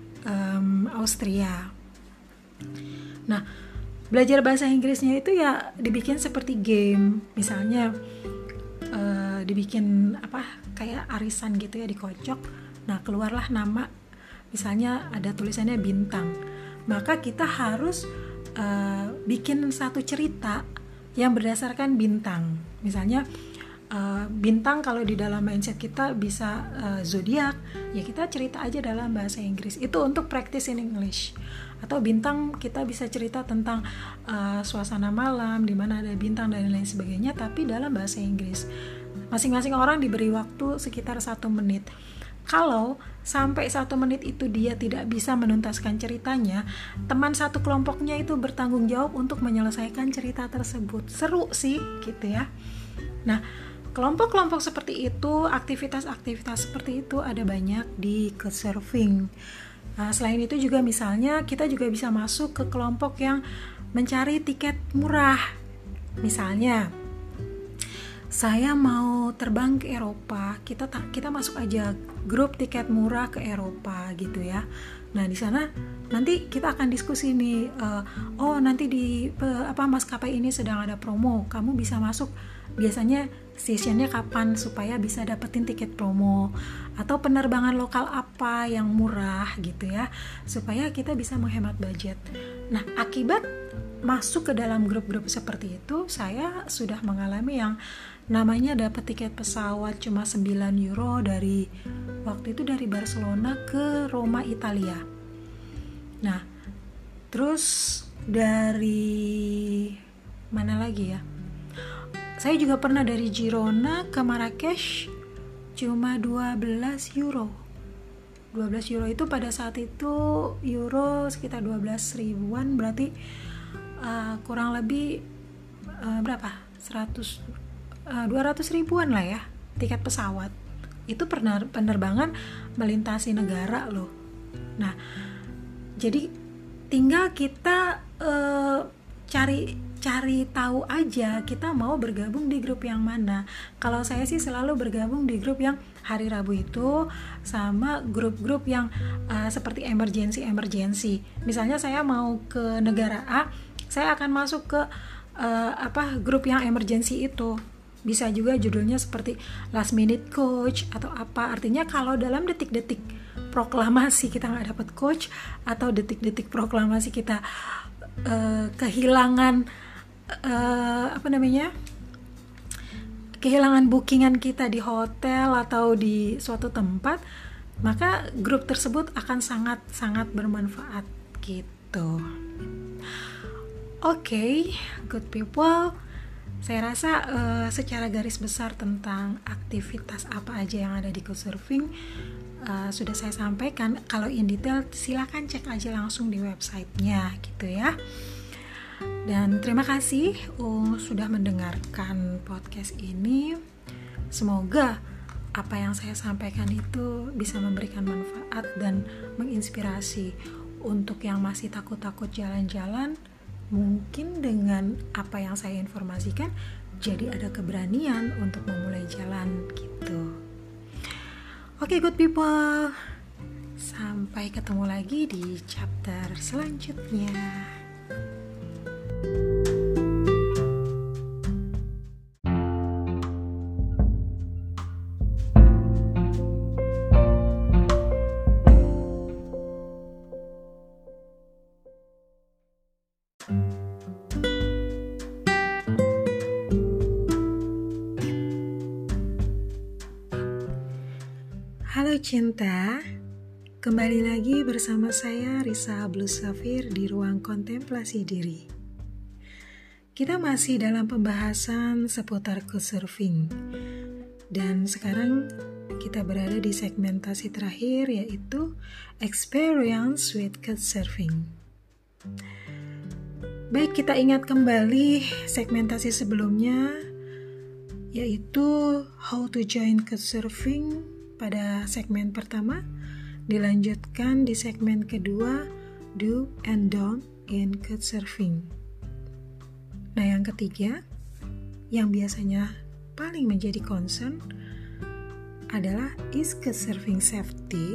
Austria. Nah, belajar bahasa Inggrisnya itu ya dibikin seperti game, misalnya dibikin kayak arisan gitu ya, dikocok. Nah, keluarlah nama, misalnya ada tulisannya bintang, maka kita harus bikin satu cerita yang berdasarkan bintang. Misalnya bintang kalau di dalam mindset kita bisa zodiak, ya kita cerita aja dalam bahasa Inggris. Itu untuk practice in English. Atau bintang kita bisa cerita tentang suasana malam di mana ada bintang dan lain sebagainya, tapi dalam bahasa Inggris. Masing-masing orang diberi waktu sekitar 1 menit. Kalau sampai 1 menit itu dia tidak bisa menuntaskan ceritanya, teman satu kelompoknya itu bertanggung jawab untuk menyelesaikan cerita tersebut. Seru sih gitu ya. Nah, kelompok-kelompok seperti itu, aktivitas-aktivitas seperti itu ada banyak di Couchsurfing. Nah, selain itu juga misalnya kita juga bisa masuk ke kelompok yang mencari tiket murah. Misalnya saya mau terbang ke Eropa, kita masuk aja grup tiket murah ke Eropa gitu ya. Nah, di sana nanti kita akan diskusi nih, nanti di maskapai ini sedang ada promo, kamu bisa masuk biasanya sessionnya kapan supaya bisa dapetin tiket promo, atau penerbangan lokal apa yang murah gitu ya, supaya kita bisa menghemat budget. Nah, akibat masuk ke dalam grup-grup seperti itu, saya sudah mengalami yang namanya dapat tiket pesawat cuma 9 euro dari waktu itu dari Barcelona ke Roma, Italia. Nah, terus dari mana lagi ya? Saya juga pernah dari Girona ke Marrakesh cuma 12 euro. 12 euro itu pada saat itu euro sekitar 12 ribuan, berarti kurang lebih berapa? 200 ribuan lah ya tiket pesawat. Itu penerbangan melintasi negara loh. Nah, jadi tinggal kita cari tahu aja kita mau bergabung di grup yang mana. Kalau saya sih selalu bergabung di grup yang hari Rabu itu, sama grup-grup yang seperti emergency. Misalnya saya mau ke negara A, saya akan masuk ke grup yang emergency itu. Bisa juga judulnya seperti last minute coach atau apa. Artinya kalau dalam detik-detik proklamasi kita nggak dapat coach, atau detik-detik proklamasi kita kehilangan kehilangan bookingan kita di hotel atau di suatu tempat, maka grup tersebut akan sangat bermanfaat gitu. Oke, good people, saya rasa secara garis besar tentang aktivitas apa aja yang ada di Couchsurfing sudah saya sampaikan. Kalau in detail silakan cek aja langsung di websitenya gitu ya. Dan terima kasih sudah mendengarkan podcast ini. Semoga apa yang saya sampaikan itu bisa memberikan manfaat dan menginspirasi untuk yang masih takut-takut jalan-jalan. Mungkin dengan apa yang saya informasikan jadi ada keberanian untuk memulai jalan gitu. Oke, good people, sampai ketemu lagi di chapter selanjutnya. Halo cinta, kembali lagi bersama saya Risa Blue Safir di ruang kontemplasi diri. Kita masih dalam pembahasan seputar Couchsurfing, dan sekarang kita berada di segmentasi terakhir, yaitu Experience with Couchsurfing. Baik, kita ingat kembali segmentasi sebelumnya, yaitu How to Join Couchsurfing pada segmen pertama, dilanjutkan di segmen kedua, Do and Don't in Couchsurfing. Nah, yang ketiga, yang biasanya paling menjadi concern adalah is Couchsurfing safety?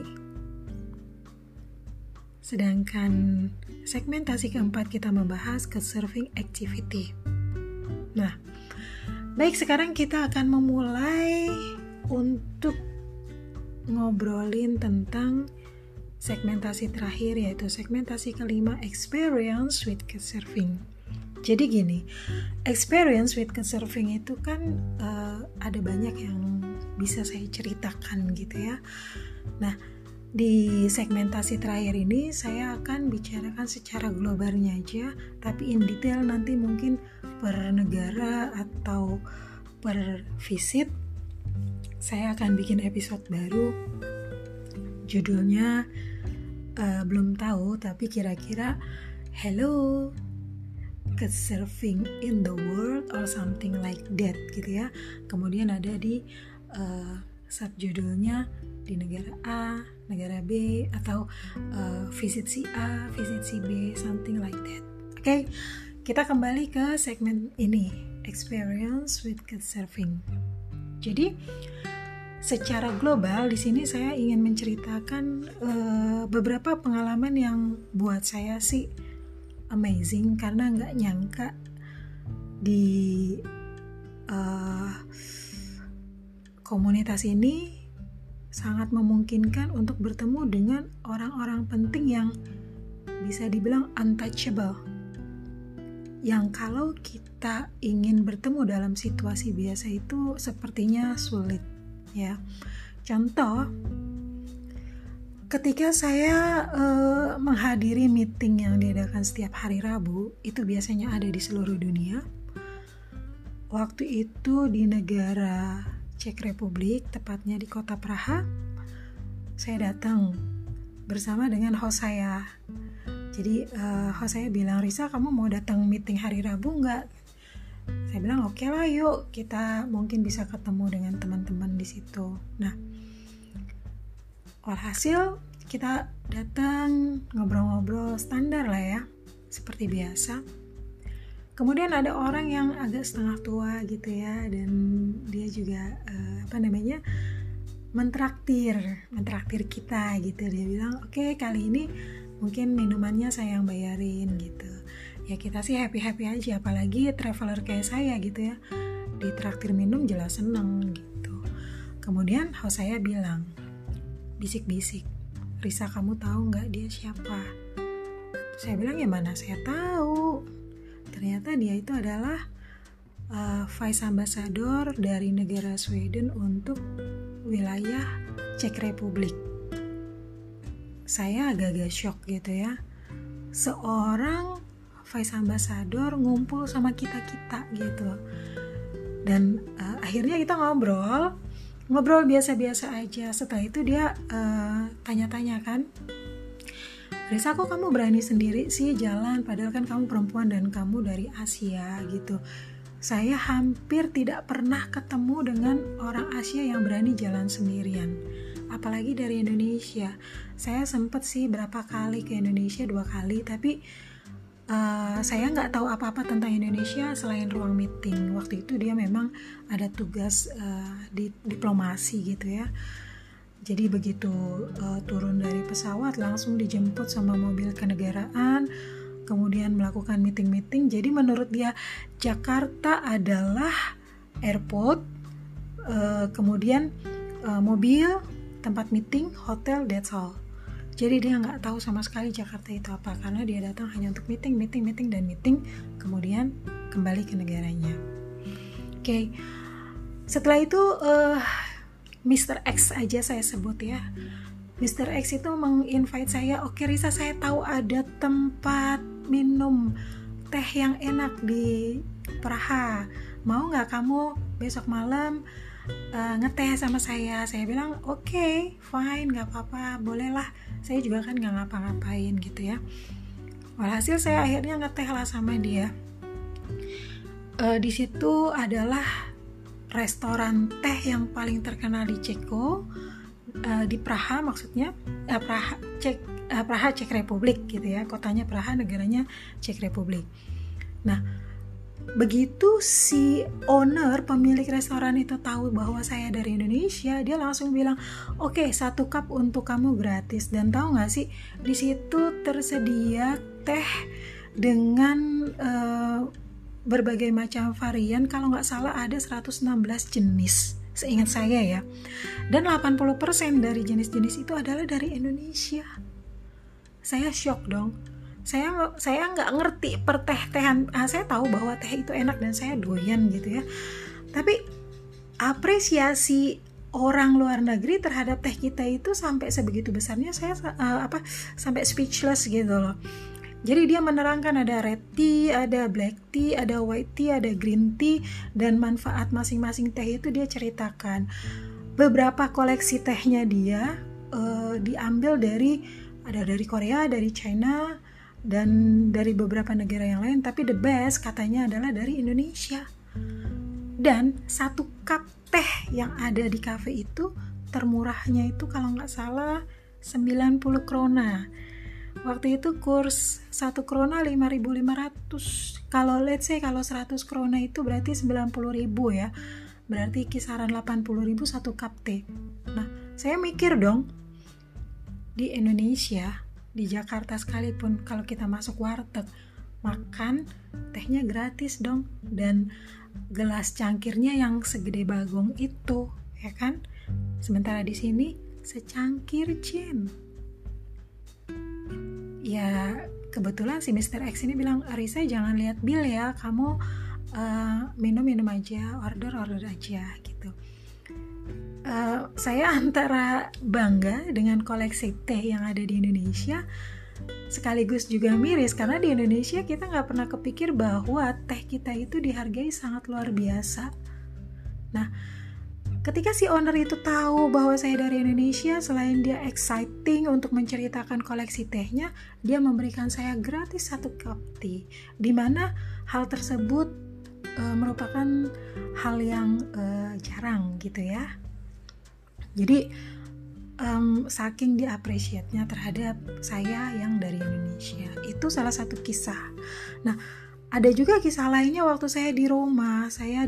Sedangkan segmentasi keempat kita membahas Couchsurfing activity. Nah, baik, sekarang kita akan memulai untuk ngobrolin tentang segmentasi terakhir, yaitu segmentasi kelima, Experience with Couchsurfing. Jadi gini, Experience with Couchsurfing itu kan ada banyak yang bisa saya ceritakan gitu ya. Nah, di segmentasi terakhir ini saya akan bicarakan secara globalnya aja, tapi in detail nanti mungkin per negara atau per visit saya akan bikin episode baru, judulnya belum tahu, tapi kira-kira Hello Couchsurfing in the World or something like that gitu ya. Kemudian ada di subjudulnya di negara A, negara B, atau visit si A, visit si B, something like that. Oke, kita kembali ke segmen ini, Experience with Couchsurfing. Jadi secara global di sini saya ingin menceritakan beberapa pengalaman yang buat saya sih amazing, karena nggak nyangka di komunitas ini sangat memungkinkan untuk bertemu dengan orang-orang penting yang bisa dibilang untouchable, yang kalau kita ingin bertemu dalam situasi biasa itu sepertinya sulit ya. Contoh, ketika saya menghadiri meeting yang diadakan setiap hari Rabu, itu biasanya ada di seluruh dunia. waktu itu di negara Czech Republic, tepatnya di kota Praha. Saya datang bersama dengan host saya. Jadi host saya bilang, Risa, kamu mau datang meeting hari Rabu nggak? Saya bilang oke lah, yuk kita mungkin bisa ketemu dengan teman-teman di situ. Nah, walhasil kita datang ngobrol-ngobrol standar lah ya, seperti biasa. Kemudian ada orang yang agak setengah tua gitu ya, dan dia juga mentraktir kita gitu. Dia bilang oke, kali ini mungkin minumannya saya yang bayarin gitu. Ya kita sih happy aja, apalagi traveler kayak saya gitu ya, ditraktir minum jelas seneng gitu. Kemudian host saya bilang, bisik-bisik, Risa, kamu tahu nggak dia siapa? Saya bilang, ya mana saya tahu. Ternyata dia itu adalah Vice Ambassador dari negara Sweden untuk wilayah Czech Republic. Saya agak-agak shock gitu ya, seorang Vice Ambassador ngumpul sama kita gitu. Dan akhirnya kita ngobrol biasa-biasa aja. Setelah itu dia tanya-tanya kan, Risa, kok kamu berani sendiri sih jalan, padahal kan kamu perempuan dan kamu dari Asia gitu. Saya hampir tidak pernah ketemu dengan orang Asia yang berani jalan sendirian, apalagi dari Indonesia. Saya sempet sih berapa kali ke Indonesia, 2 kali, tapi saya nggak tahu apa-apa tentang Indonesia selain ruang meeting. Waktu itu dia memang ada tugas di diplomasi gitu ya. Jadi begitu turun dari pesawat langsung dijemput sama mobil kenegaraan, kemudian melakukan meeting. Jadi menurut dia Jakarta adalah airport, kemudian mobil, tempat meeting, hotel, that's all. Jadi dia nggak tahu sama sekali Jakarta itu apa, karena dia datang hanya untuk meeting, kemudian kembali ke negaranya. Oke. Setelah itu Mr. X aja saya sebut ya. Mr. X itu menginvite saya, oke Risa, saya tahu ada tempat minum teh yang enak di Praha. Mau nggak kamu besok malam ngeteh sama saya? Saya bilang oke, fine, nggak apa-apa, bolehlah. Saya juga kan nggak ngapa-ngapain gitu ya. Walhasil saya akhirnya ngeteh lah sama dia. Di situ adalah restoran teh yang paling terkenal di Ceko, di Praha maksudnya, Praha Czech Republic gitu ya. Kotanya Praha, negaranya Czech Republic. Nah, begitu si owner, pemilik restoran itu tahu bahwa saya dari Indonesia, dia langsung bilang, oke, 1 cup untuk kamu gratis. Dan tahu nggak sih, di situ tersedia teh dengan berbagai macam varian. Kalau nggak salah ada 116 jenis, seingat saya ya. Dan 80% dari jenis-jenis itu adalah dari Indonesia. Saya shock dong. Saya nggak ngerti perteh-tehan. Saya tahu bahwa teh itu enak dan saya doyan gitu ya. Tapi apresiasi orang luar negeri terhadap teh kita itu sampai sebegitu besarnya, saya sampai speechless gitu loh. Jadi dia menerangkan ada red tea, ada black tea, ada white tea, ada green tea, dan manfaat masing-masing teh itu dia ceritakan. Beberapa koleksi tehnya dia diambil dari Korea, dari China, dan dari beberapa negara yang lain, tapi the best katanya adalah dari Indonesia. Dan 1 cup teh yang ada di cafe itu termurahnya itu kalau nggak salah 90 krona. Waktu itu kurs 1 krona 5.500. Kalau let's say kalau 100 krona itu berarti 90.000 ya. Berarti kisaran 80.000 1 cup teh. Nah, saya mikir dong, di Indonesia, di Jakarta sekalipun, kalau kita masuk warteg makan, tehnya gratis dong, dan gelas cangkirnya yang segede bagong itu, ya kan? Sementara di sini secangkir gin. Ya kebetulan si Mr. X ini bilang, Arisa jangan lihat bill ya, kamu minum aja, order aja gitu. Saya antara bangga dengan koleksi teh yang ada di Indonesia, sekaligus juga miris karena di Indonesia kita nggak pernah kepikir bahwa teh kita itu dihargai sangat luar biasa. Nah, ketika si owner itu tahu bahwa saya dari Indonesia, selain dia exciting untuk menceritakan koleksi tehnya, dia memberikan saya gratis 1 cup tea, di mana hal tersebut merupakan hal yang jarang gitu ya. Jadi saking diapresiatnya terhadap saya yang dari Indonesia. Itu salah satu kisah. Nah, ada juga kisah lainnya waktu saya di Roma. Saya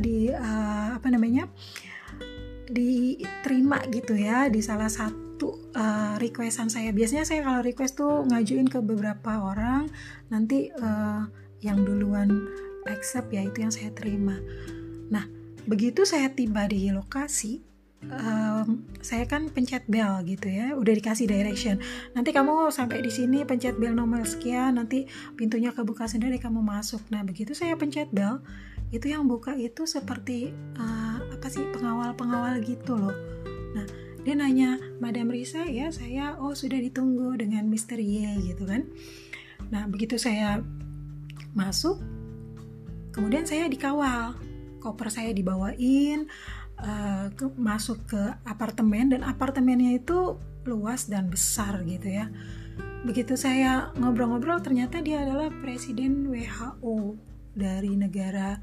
diterima gitu ya di salah satu requestan saya. Biasanya saya kalau request tuh ngajuin ke beberapa orang, nanti yang duluan accept ya itu yang saya terima. Nah, begitu saya tiba di lokasi, saya kan pencet bell gitu ya, udah dikasih direction. Nanti kamu sampai di sini pencet bell nomor sekian, nanti pintunya kebuka sendiri kamu masuk. Nah, begitu saya pencet bell, itu yang buka itu seperti pengawal-pengawal gitu loh. Nah, dia nanya, Madam Risa ya, saya sudah ditunggu dengan Mr. Y gitu kan. Nah, begitu saya masuk, kemudian saya dikawal, koper saya dibawain, masuk ke apartemen, dan apartemennya itu luas dan besar gitu ya. Begitu saya ngobrol-ngobrol, ternyata dia adalah presiden WHO dari negara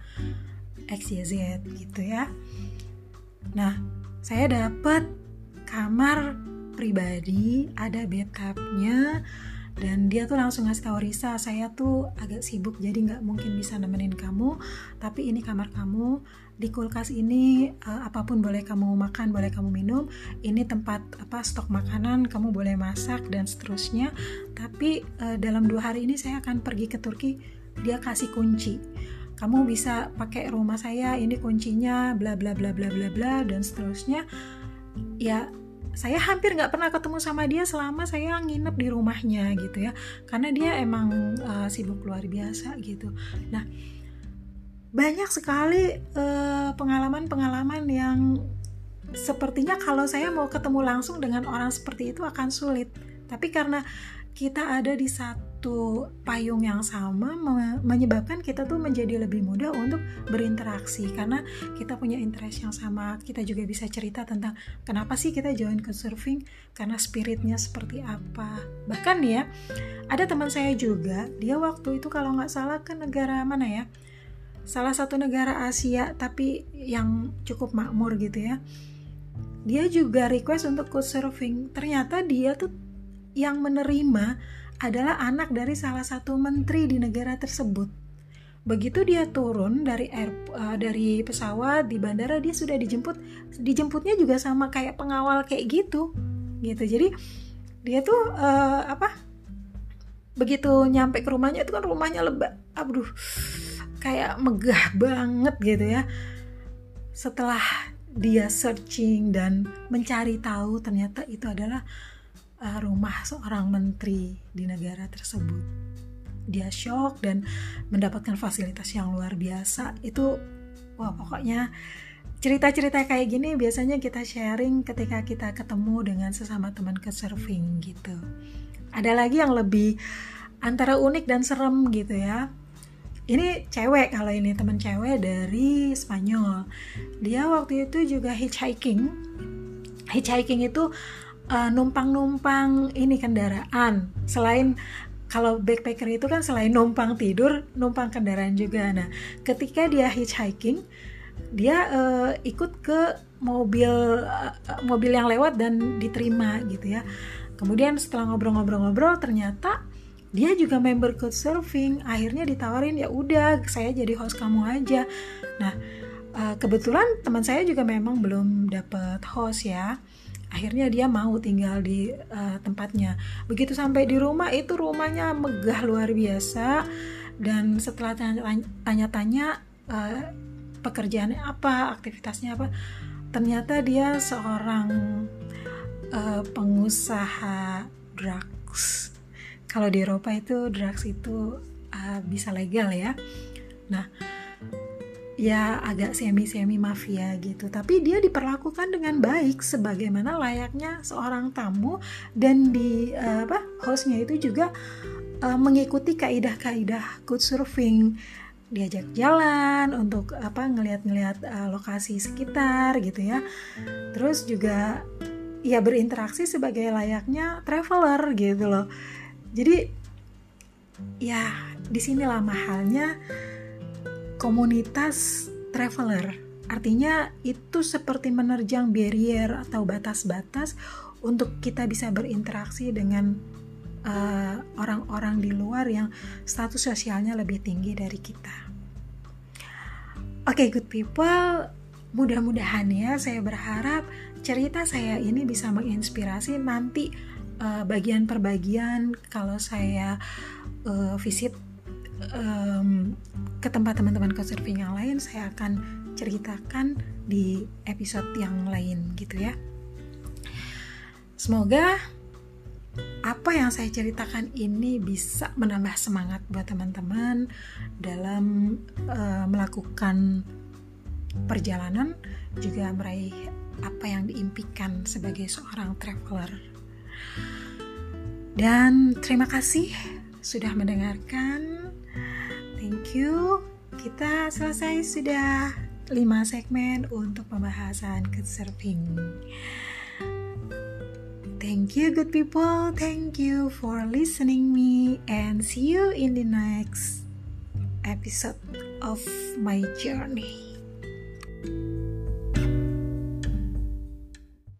XYZ gitu ya. Nah, saya dapat kamar pribadi, ada bathtubnya, dan dia tuh langsung ngasih tahu, Risa, saya tuh agak sibuk jadi nggak mungkin bisa nemenin kamu, tapi ini kamar kamu, di kulkas ini apapun boleh kamu makan, boleh kamu minum, ini tempat stok makanan, kamu boleh masak dan seterusnya. Tapi dalam 2 hari ini saya akan pergi ke Turki, dia kasih kunci, kamu bisa pakai rumah saya, ini kuncinya, bla bla bla bla bla bla dan seterusnya. Ya, saya hampir nggak pernah ketemu sama dia selama saya nginep di rumahnya gitu ya, karena dia emang sibuk luar biasa gitu. Nah, banyak sekali pengalaman-pengalaman yang sepertinya kalau saya mau ketemu langsung dengan orang seperti itu akan sulit. Tapi karena kita ada di satu payung yang sama, menyebabkan kita tuh menjadi lebih mudah untuk berinteraksi karena kita punya interest yang sama. Kita juga bisa cerita tentang kenapa sih kita join ke surfing, karena spiritnya seperti apa. Bahkan ya, ada teman saya juga, dia waktu itu kalau nggak salah ke negara mana ya, salah satu negara Asia tapi yang cukup makmur gitu ya, dia juga request untuk couchsurfing. Ternyata dia tuh yang menerima adalah anak dari salah satu menteri di negara tersebut. Begitu dia turun dari dari pesawat di bandara, dia sudah dijemputnya juga sama kayak pengawal kayak gitu. Jadi dia tuh begitu nyampe ke rumahnya, itu kan rumahnya kayak megah banget gitu ya. Setelah dia searching dan mencari tahu, ternyata itu adalah rumah seorang menteri di negara tersebut. Dia shock dan mendapatkan fasilitas yang luar biasa. Itu pokoknya cerita-cerita kayak gini biasanya kita sharing ketika kita ketemu dengan sesama teman ke surfing gitu. Ada lagi yang lebih antara unik dan serem gitu ya. Ini cewek, kalau ini teman cewek dari Spanyol. Dia waktu itu juga hitchhiking itu numpang ini kendaraan. Selain kalau backpacker itu kan selain numpang tidur, numpang kendaraan juga. Nah, ketika dia hitchhiking, dia ikut ke mobil yang lewat dan diterima gitu ya. Kemudian setelah ngobrol-ngobrol ternyata dia juga member couchsurfing. Akhirnya ditawarin, ya udah saya jadi host kamu aja. Nah, kebetulan teman saya juga memang belum dapat host ya. Akhirnya dia mau tinggal di tempatnya. Begitu sampai di rumah, itu rumahnya megah luar biasa. Dan setelah tanya-tanya pekerjaannya apa, aktivitasnya apa, ternyata dia seorang pengusaha drugs. Kalau di Eropa itu drugs itu bisa legal ya. Nah, ya agak semi-semi mafia gitu, tapi dia diperlakukan dengan baik sebagaimana layaknya seorang tamu, dan hostnya itu juga mengikuti kaidah-kaidah couchsurfing, diajak jalan untuk ngelihat-ngelihat lokasi sekitar gitu ya, terus juga ya berinteraksi sebagai layaknya traveler gitu loh. Jadi ya disinilah mahalnya komunitas traveler. Artinya itu seperti menerjang barrier atau batas-batas untuk kita bisa berinteraksi dengan orang-orang di luar yang status sosialnya lebih tinggi dari kita. Oke, good people, mudah-mudahan ya, saya berharap cerita saya ini bisa menginspirasi nanti bagian per bagian kalau saya visit ke tempat teman-teman couchsurfing yang lain, saya akan ceritakan di episode yang lain gitu ya. Semoga apa yang saya ceritakan ini bisa menambah semangat buat teman-teman dalam melakukan perjalanan, juga meraih apa yang diimpikan sebagai seorang traveler. Dan terima kasih sudah mendengarkan. Thank you. Kita selesai sudah 5 segmen untuk pembahasan couchsurfing. Thank you, good people. Thank you for listening me, and see you in the next episode of my journey.